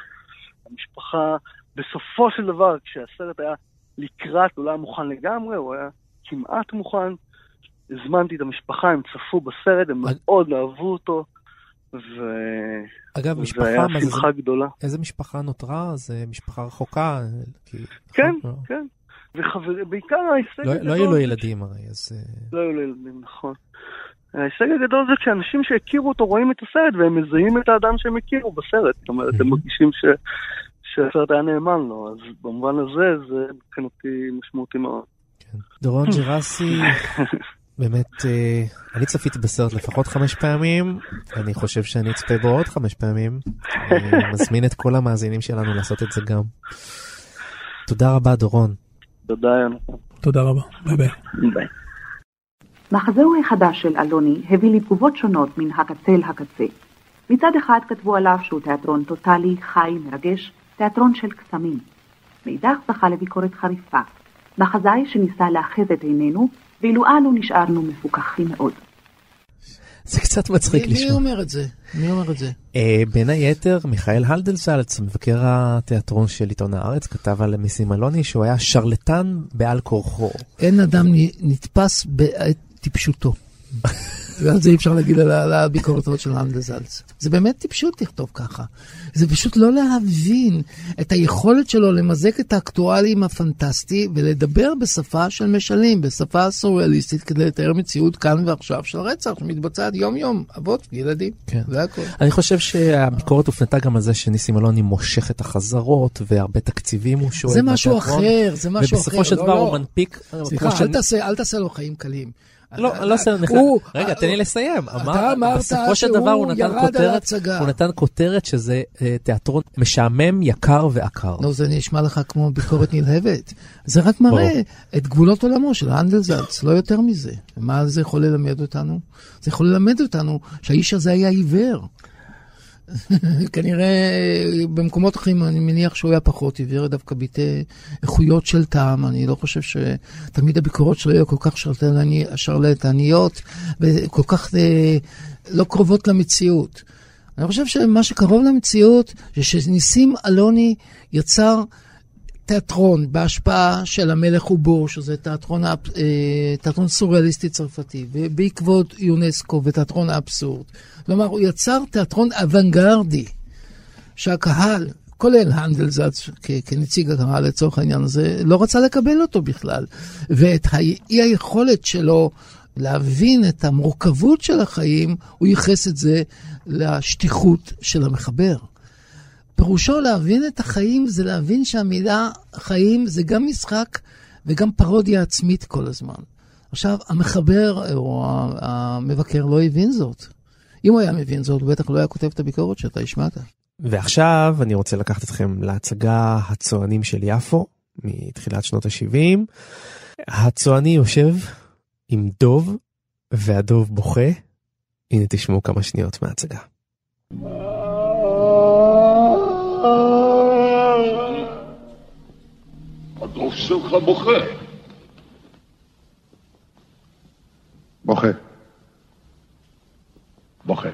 המשפחה, בסופו של דבר, כשהסרט היה לקראת, הוא לא היה מוכן לגמרי, הוא היה כמעט מוכן. הזמנתי את המשפחה, הם צפו בסרט, הם מאוד אהבו אותו. ו... אגב, משפחה, שמחה זה... גדולה. איזה משפחה נותרה? זה משפחה רחוקה? כי... כן, נכון, כן. וחבר... בעיקר ההישג לא, הגדול... לא היו לו ילדים הרי, אז... לא היו לו ילדים, נכון. ההישג הגדול זה כשאנשים שהכירו אותו רואים את הסרט, והם מזהים את האדם שהם הכירו בסרט. זאת אומרת, הם מרגישים ש... שהסרט היה נאמן לו, אז במובן הזה זה מבחינתי משמעותי מאוד. כן. דורון ג'רסי... באמת, אני צפיתי בסרט לפחות חמש פעמים, אני חושב שאני אצפה בו עוד חמש פעמים, אני מזמין את כל המאזינים שלנו לעשות את זה גם. תודה רבה דורון. תודה, יונתן. תודה רבה. ביי ביי. ביי. מחזהו החדש של אלוני הביא לתגובות שונות מן הקצה אל הקצה. מצד אחד כתבו עליו שהוא תיאטרון טוטלי, חי, מרגש, תיאטרון של קסמים. מאידך זכה לביקורת חריפה. מחזאי שניסה לאחז את עינינו, ואילו אנו נשארנו מפוקחים מאוד. זה קצת מצחיק לשמוע. מי אומר את זה? מי אומר את זה? בין היתר, מיכאל הלדלזלץ, מבקר התיאטרון של עיתון הארץ, כתב על ניסים אלוני שהוא היה שרלטן בעל כורחו. אין אדם נתפס בטיפשותו. ועל זה אי אפשר להגיד על הביקורת של הלדלזלץ. זה באמת טיפשות לכתוב ככה. זה פשוט לא להבין את היכולת שלו למזג את האקטואלי עם הפנטסטי, ולדבר בשפה של משלים, בשפה סוריאליסטית, כדי לתאר מציאות כאן ועכשיו של רצח, שמתבצעת יום יום, אבות וילדים. כן. זה הכל. אני חושב שהביקורת הופנתה גם על זה שניסים אלוני מושך את החזרות, והרבה תקציבים הוא שואל. זה משהו אחר, זה משהו אחר. ובסופו של דבר הוא מנפיק. סליחה, אל תעשה לו חיים קלים. לא, לא סיימת לך. רגע, תן לי לסיים. אתה אמרת שהוא ירד על ההצגה. הוא נתן כותרת שזה תיאטרון משעמם, יקר ועקר. לא, זה נשמע לך כמו ביקורת נלהבת. זה רק מראה את גבולות עולמו של הלדלזלץ, לא יותר מזה. מה זה יכול ללמד אותנו? זה יכול ללמד אותנו שהאיש הזה היה עיוור. כנראה במקומות אחרים אני מניח שהוא היה פחות עיוור, דווקא ביטא איכויות של טעם. אני לא חושב שתמיד הביקורות שלו היו כל כך שרלטניות וכל כך לא קרובות למציאות. אני חושב שמה שקרוב למציאות זה שניסים אלוני יצר תיאטרון בהשפעה של המלך ובור, שזה תיאטרון, תיאטרון סוריאליסטי צרפתי, ובעקבות יונסקו ותיאטרון האבסורד. כלומר, הוא יצר תיאטרון אוונגרדי, שהקהל, כולל הלדלזלץ כנציג הקהל לצורך העניין הזה, לא רצה לקבל אותו בכלל. ואת האי היכולת שלו להבין את המורכבות של החיים, הוא ייחס את זה לשטיחות של המחבר. פירושו להבין את החיים זה להבין שהמילה חיים זה גם משחק וגם פרודיה עצמית כל הזמן. עכשיו, המחבר או המבקר לא הבין זאת. אם הוא היה מבין זאת, הוא בטח לא היה כותב את הביקורת שאתה השמעת. ועכשיו אני רוצה לקחת אתכם להצגה הצוענים של יפו, מתחילת שנות ה-שבעים. הצועני יושב עם דוב, והדוב בוכה. הנה תשמעו כמה שניות מההצגה. הדוב שלך בוכה. בוכה. בוכה.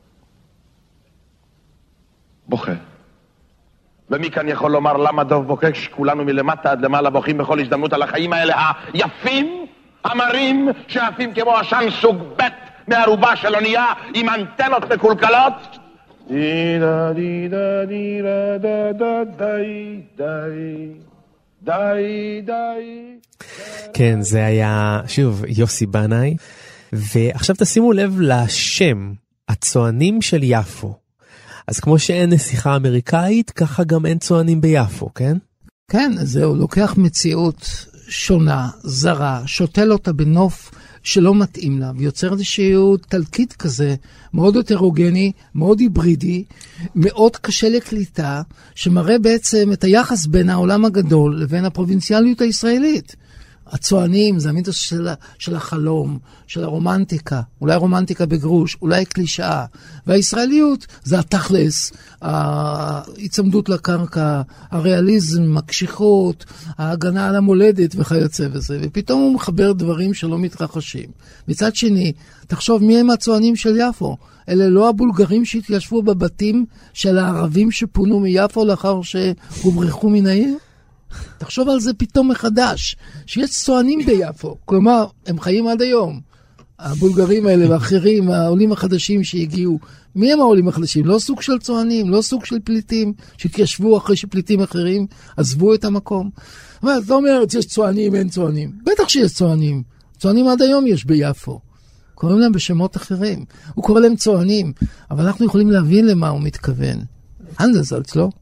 בוכה. ומי כאן יכול לומר למה דוב בוכה כשכולנו מלמטה עד למעלה בוכים בכל הזדמנות על החיים האלה היפים, המרים, שעפים כמו עשן סוג ב' מהרובה של אונייה עם אנטנות מקולקלות? די דה די דה די דה דה די די די די. כן, זה היה שוב יוסי בנאי. ועכשיו תשימו לב לשם, הצוענים של יפו. אז כמו שאין נסיכה אמריקאית, ככה גם אין צוענים ביפו, כן? כן, זהו, לוקח מציאות שונה, זרה, שותל אותה בנוף שלא מתאים לה, ויוצר איזשהו תלקיט כזה, מאוד הטרוגני, מאוד היברידי, מאוד קשה לקליטה, שמראה בעצם את היחס בין העולם הגדול לבין הפרובינציאליות הישראלית. הצוענים זה המיתוס של, של החלום, של הרומנטיקה, אולי רומנטיקה בגרוש, אולי קלישאה. והישראליות זה התכלס, ההצמדות לקרקע, הריאליזם, הקשיחות, ההגנה על המולדת וכיוצא וזה. ופתאום הוא מחבר דברים שלא מתרחשים. מצד שני, תחשוב מי הם הצוענים של יפו. אלה לא הבולגרים שהתיישבו בבתים של הערבים שפונו מיפו לאחר שהוברחו מן העיר? תחשוב על זה פתאום מחדש, שיש צוענים ביפו, כלומר, הם חיים עד היום. הבולגרים האלה ואחרים, העולים החדשים שהגיעו, מי הם העולים החדשים? לא סוג של צוענים, לא סוג של פליטים, שהתיישבו אחרי שפליטים אחרים, עזבו את המקום. אבל זאת אומרת, יש צוענים, אין צוענים. בטח שיש צוענים. צוענים עד היום יש ביפו. קוראים להם בשמות אחרים. הוא קורא להם צוענים, אבל אנחנו יכולים להבין למה הוא מתכוון. הלדלזלץ, לא?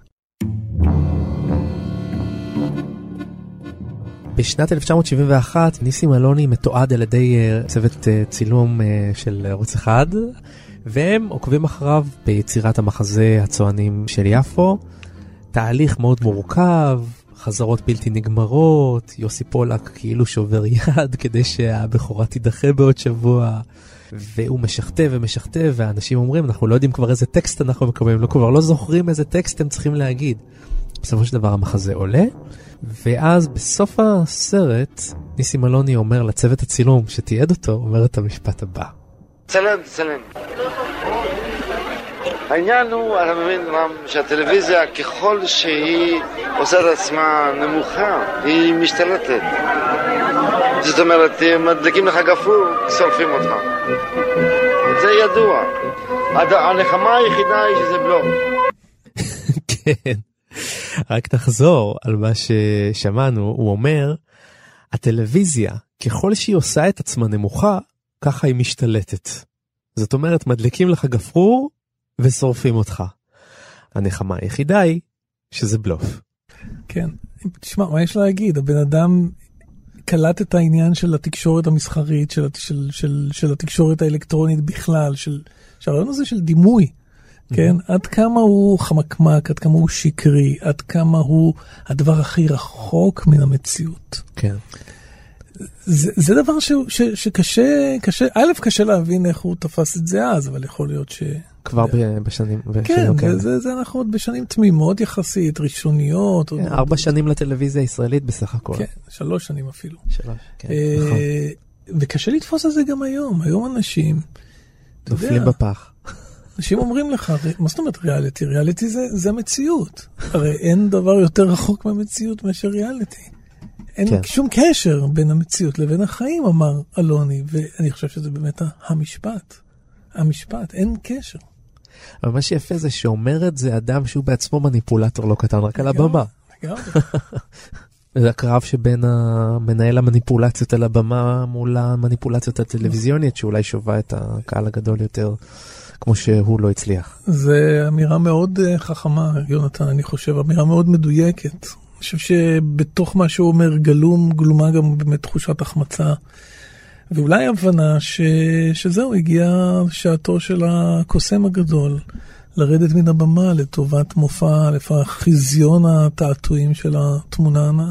בשנת אלף תשע מאות שבעים ואחת ניסים אלוני מתועד על ידי צוות צילום של ערוץ אחד, והם עוקבים אחריו ביצירת המחזה הצוענים של יפו. תהליך מאוד מורכב, חזרות בלתי נגמרות, יוסי פולק כאילו שובר יד כדי שהבכורה תידחה בעוד שבוע, והוא משכתב ומשכתב, והאנשים אומרים, אנחנו לא יודעים כבר איזה טקסט אנחנו מקבלים, לא כבר לא זוכרים איזה טקסט הם צריכים להגיד. בסופו של דבר המחזה עולה, ואז בסוף הסרט, ניסים אלוני אומר לצוות הצילום שתיעד אותו, אומר את המשפט הבא. צלם, צלם. העניין הוא, אתה מבין, רם, שהטלוויזיה, ככל שהיא עושה את עצמה נמוכה, היא משתלטת. זאת אומרת, מדליקים לך גפרור, שורפים אותך. זה ידוע. הנחמה היחידה היא שזה בלוק. כן. רק תחזור על מה ששמענו, הוא אומר, הטלוויזיה, ככל שהיא עושה את עצמה נמוכה, ככה היא משתלטת. זאת אומרת, מדליקים לך גפרור ושורפים אותך. הנחמה היחידה היא שזה בלוף. כן, תשמע, מה יש להגיד? הבן אדם קלט את העניין של התקשורת המסחרית, של, של, של, של התקשורת האלקטרונית בכלל, של, שהרעיון הזה של דימוי, כן? עד כמה הוא חמקמק, עד כמה הוא שקרי, עד כמה הוא הדבר הכי רחוק מן המציאות. כן. זה, זה דבר ש, ש, שקשה, קשה, א', קשה להבין איך הוא תפס את זה אז, אבל יכול להיות ש... כבר בשנים... כן, זה, זה אנחנו עוד בשנים תמימות יחסית, ראשוניות. כן, ארבע שנים לטלוויזיה הישראלית בסך הכל. כן, שלוש שנים אפילו. שלוש, כן, נכון. וקשה לתפוס את זה גם היום. היום אנשים... נופלים בפח. אנשים אומרים לך, מה זאת אומרת ריאליטי? ריאליטי זה, זה מציאות. הרי אין דבר יותר רחוק מהמציאות מאשר ריאליטי. אין כן. שום קשר בין המציאות לבין החיים, אמר אלוני, ואני חושב שזה באמת המשפט. המשפט, אין קשר. אבל מה שיפה זה שאומר את זה אדם שהוא בעצמו מניפולטור לא קטן, רק על הבמה. לגמרי. זה הקרב שבין המנהל המניפולציות על הבמה מול המניפולציות הטלוויזיונית, שאולי שובה את הקהל הגדול יותר, כמו שהוא לא הצליח. זה אמירה מאוד חכמה, יונתן, אני חושב, אמירה מאוד מדויקת. אני חושב שבתוך מה שהוא אומר גלום, גלומה גם באמת תחושת החמצה, ואולי הבנה ש... שזהו, הגיע שעתו של הקוסם הגדול, לרדת מן הבמה לטובת מופע, לפעמים חיזיון התעתועים של התמונה הנאה.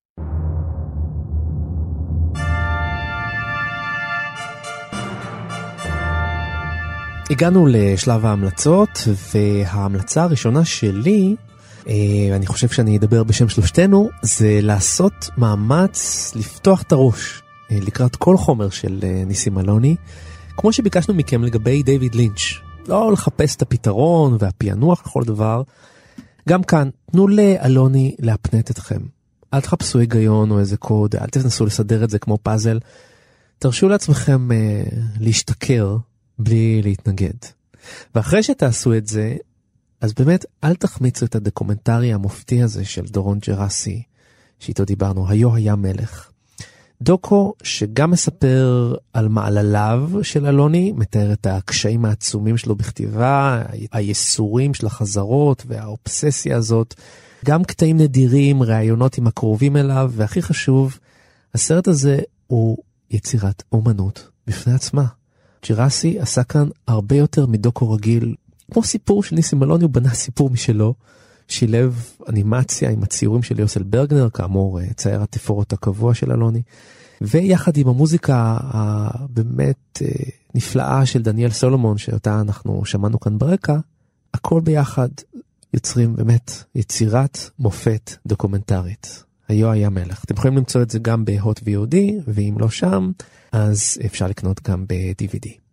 הגענו לשלב ההמלצות, וההמלצה הראשונה שלי, אני חושב שאני אדבר בשם שלושתנו, זה לעשות מאמץ לפתוח את הראש לקראת כל חומר של ניסים אלוני, כמו שביקשנו מכם לגבי דיוויד לינץ'. לא לחפש את הפתרון והפענוח לכל דבר. גם כאן, תנו לאלוני להפנט אתכם. אל תחפשו היגיון או איזה קוד, אל תנסו לסדר את זה כמו פאזל. תרשו לעצמכם אה, להשתכר בלי להתנגד. ואחרי שתעשו את זה, אז באמת אל תחמיצו את הדוקומנטרי המופתי הזה של דורון ג'רסי, שאיתו דיברנו, היו היה מלך. דוקו שגם מספר על מעלליו של אלוני, מתאר את הקשיים העצומים שלו בכתיבה, היסורים של החזרות והאובססיה הזאת, גם קטעים נדירים, ראיונות עם הקרובים אליו, והכי חשוב, הסרט הזה הוא יצירת אומנות בפני עצמה. ג'רסי עשה כאן הרבה יותר מדוקו רגיל, כמו סיפור של ניסים אלוני, הוא בנה סיפור משלו, שילב אנימציה עם הציורים של יוסל ברגנר, כאמור צייר התפאורות הקבוע של אלוני, ויחד עם המוזיקה הבאמת נפלאה של דניאל סולומון, שאותה אנחנו שמענו כאן ברקע, הכל ביחד יוצרים באמת יצירת מופת דוקומנטרית. היו היה מלך. אתם יכולים למצוא את זה גם בהוט וי או די, ואם לא שם, אז אפשר לקנות גם ב-די וי די.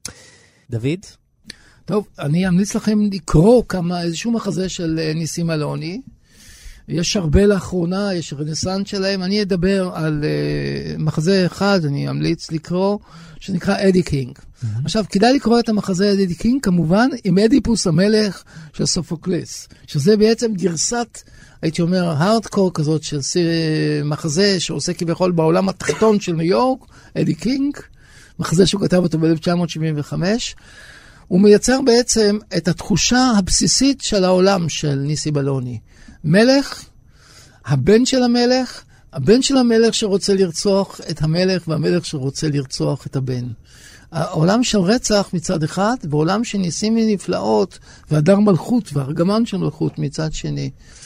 דוד? טוב, אני אמליץ לכם לקרוא כמה, איזשהו מחזה של ניסים אלוני. יש הרבה לאחרונה, יש רנסנס שלהם. אני אדבר על uh, מחזה אחד, אני אמליץ לקרוא, שנקרא אדי קינג. Mm-hmm. עכשיו, כדאי לקרוא את המחזה אדי קינג, כמובן, עם אדיפוס המלך של סופוקלס, שזה בעצם גרסת, הייתי אומר, הארדקור כזאת של סיר, מחזה שעושה כביכול בעולם התחתון של ניו יורק, אדי קינג, מחזה שהוא כתב אותו ב-אלף תשע מאות שבעים וחמש, הוא מייצר בעצם את התחושה הבסיסית של העולם של ניסים אלוני. מלך, הבן של המלך, הבן של המלך שרוצה לרצוח את המלך, והמלך שרוצה לרצוח את הבן. העולם של רצח מצד אחד, ועולם של ניסים ונפלאות, והדר מלכות, והרגמן של מלכות מצד שני.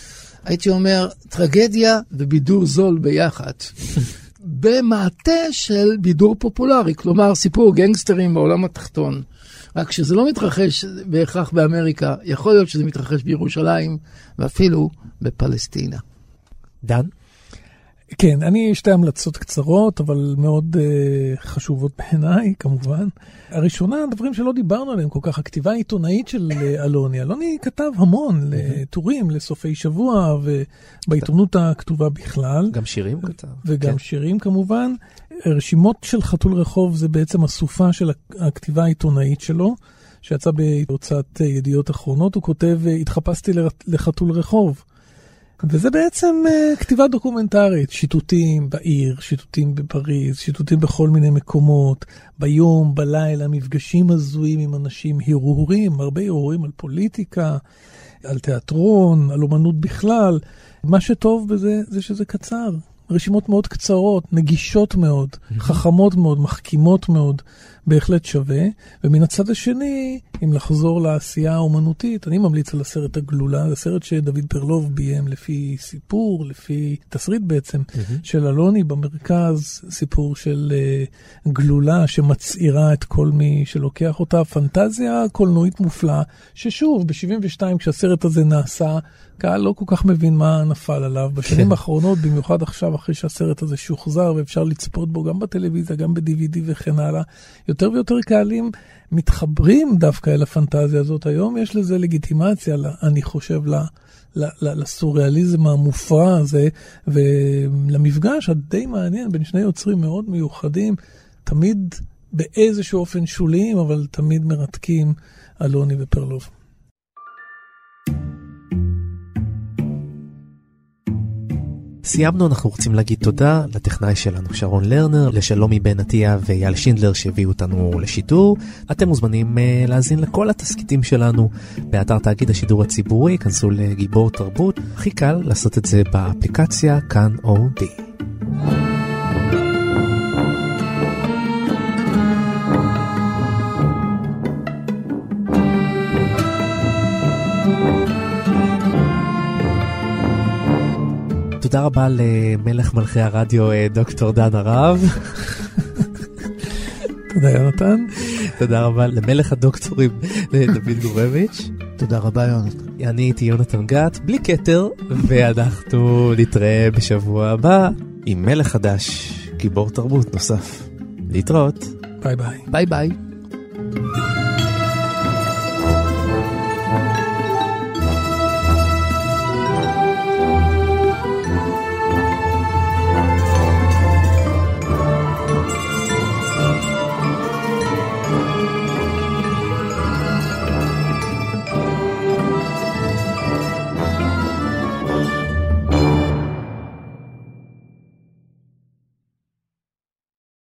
הייתי אומר, טרגדיה ובידור זול ביחד. במעטה של בידור פופולרי, כלומר סיפור גנגסטרים בעולם התחתון. רק שזה לא מתרחש בהכרח באמריקה, יכול להיות שזה מתרחש בירושלים, ואפילו בפלסטינה. דן? כן, אני שתי המלצות קצרות, אבל מאוד uh, חשובות בעיניי, כמובן. הראשונה, דברים שלא דיברנו עליהם כל כך, הכתיבה העיתונאית של אלוני. אלוני כתב המון לטורים, לסופי שבוע, ובעיתונות הכתובה בכלל. גם שירים כתב. וגם כן. שירים כמובן. רשימות של חתול רחוב זה בעצם הסופה של הכתיבה העיתונאית שלו, שיצא בהוצאת ידיעות אחרונות. הוא כותב, התחפשתי לחתול רחוב. וזה בעצם uh, כתיבה דוקומנטרית, שיטוטים בעיר, שיטוטים בפריז, שיטוטים בכל מיני מקומות, ביום, בלילה, מפגשים הזויים עם אנשים, הרהורים, הרבה הרהורים על פוליטיקה, על תיאטרון, על אומנות בכלל. מה שטוב בזה זה שזה קצר. רשימות מאוד קצרות, נגישות מאוד, חכמות מאוד, מחכימות מאוד, בהחלט שווה. ומן הצד השני, אם לחזור לעשייה האומנותית, אני ממליץ על הסרט הגלולה, זה סרט שדוד פרלוב ביים לפי סיפור, לפי תסריט בעצם, של אלוני במרכז, סיפור של uh, גלולה שמצעירה את כל מי שלוקח אותה, פנטזיה קולנועית מופלאה, ששוב, ב-שבעים ושתיים כשהסרט הזה נעשה, קהל לא כל כך מבין מה נפל עליו. בשנים האחרונות, במיוחד עכשיו, אחרי שהסרט הזה שוחזר, ואפשר לצפות בו גם בטלוויזיה, גם ב-די וי די וכן הלאה, יותר ויותר קהלים מתחברים דווקא אל הפנטזיה הזאת. היום יש לזה לגיטימציה, אני חושב, לסוריאליזם המופרע הזה, ולמפגש הדי מעניין בין שני יוצרים מאוד מיוחדים, תמיד באיזשהו אופן שוליים, אבל תמיד מרתקים, אלוני ופרלוב. סיימנו, אנחנו רוצים להגיד תודה לטכנאי שלנו שרון לרנר, לשלומי בן עטיה ואייל שינדלר שהביאו אותנו לשידור. אתם מוזמנים uh, להזין לכל התסקיטים שלנו באתר תאגיד השידור הציבורי, כנסו לגיבור תרבות, הכי קל לעשות את זה באפליקציה כאן אודי. תודה רבה למלך מלכי הרדיו, דוקטור דן הרב. תודה יונתן. תודה רבה למלך הדוקטורים, דוד גורביץ'. תודה רבה יונתן. אני הייתי יונתן גת, בלי כתר, ואנחנו נתראה בשבוע הבא עם מלך חדש, גיבור תרבות נוסף. להתראות. ביי ביי. ביי ביי.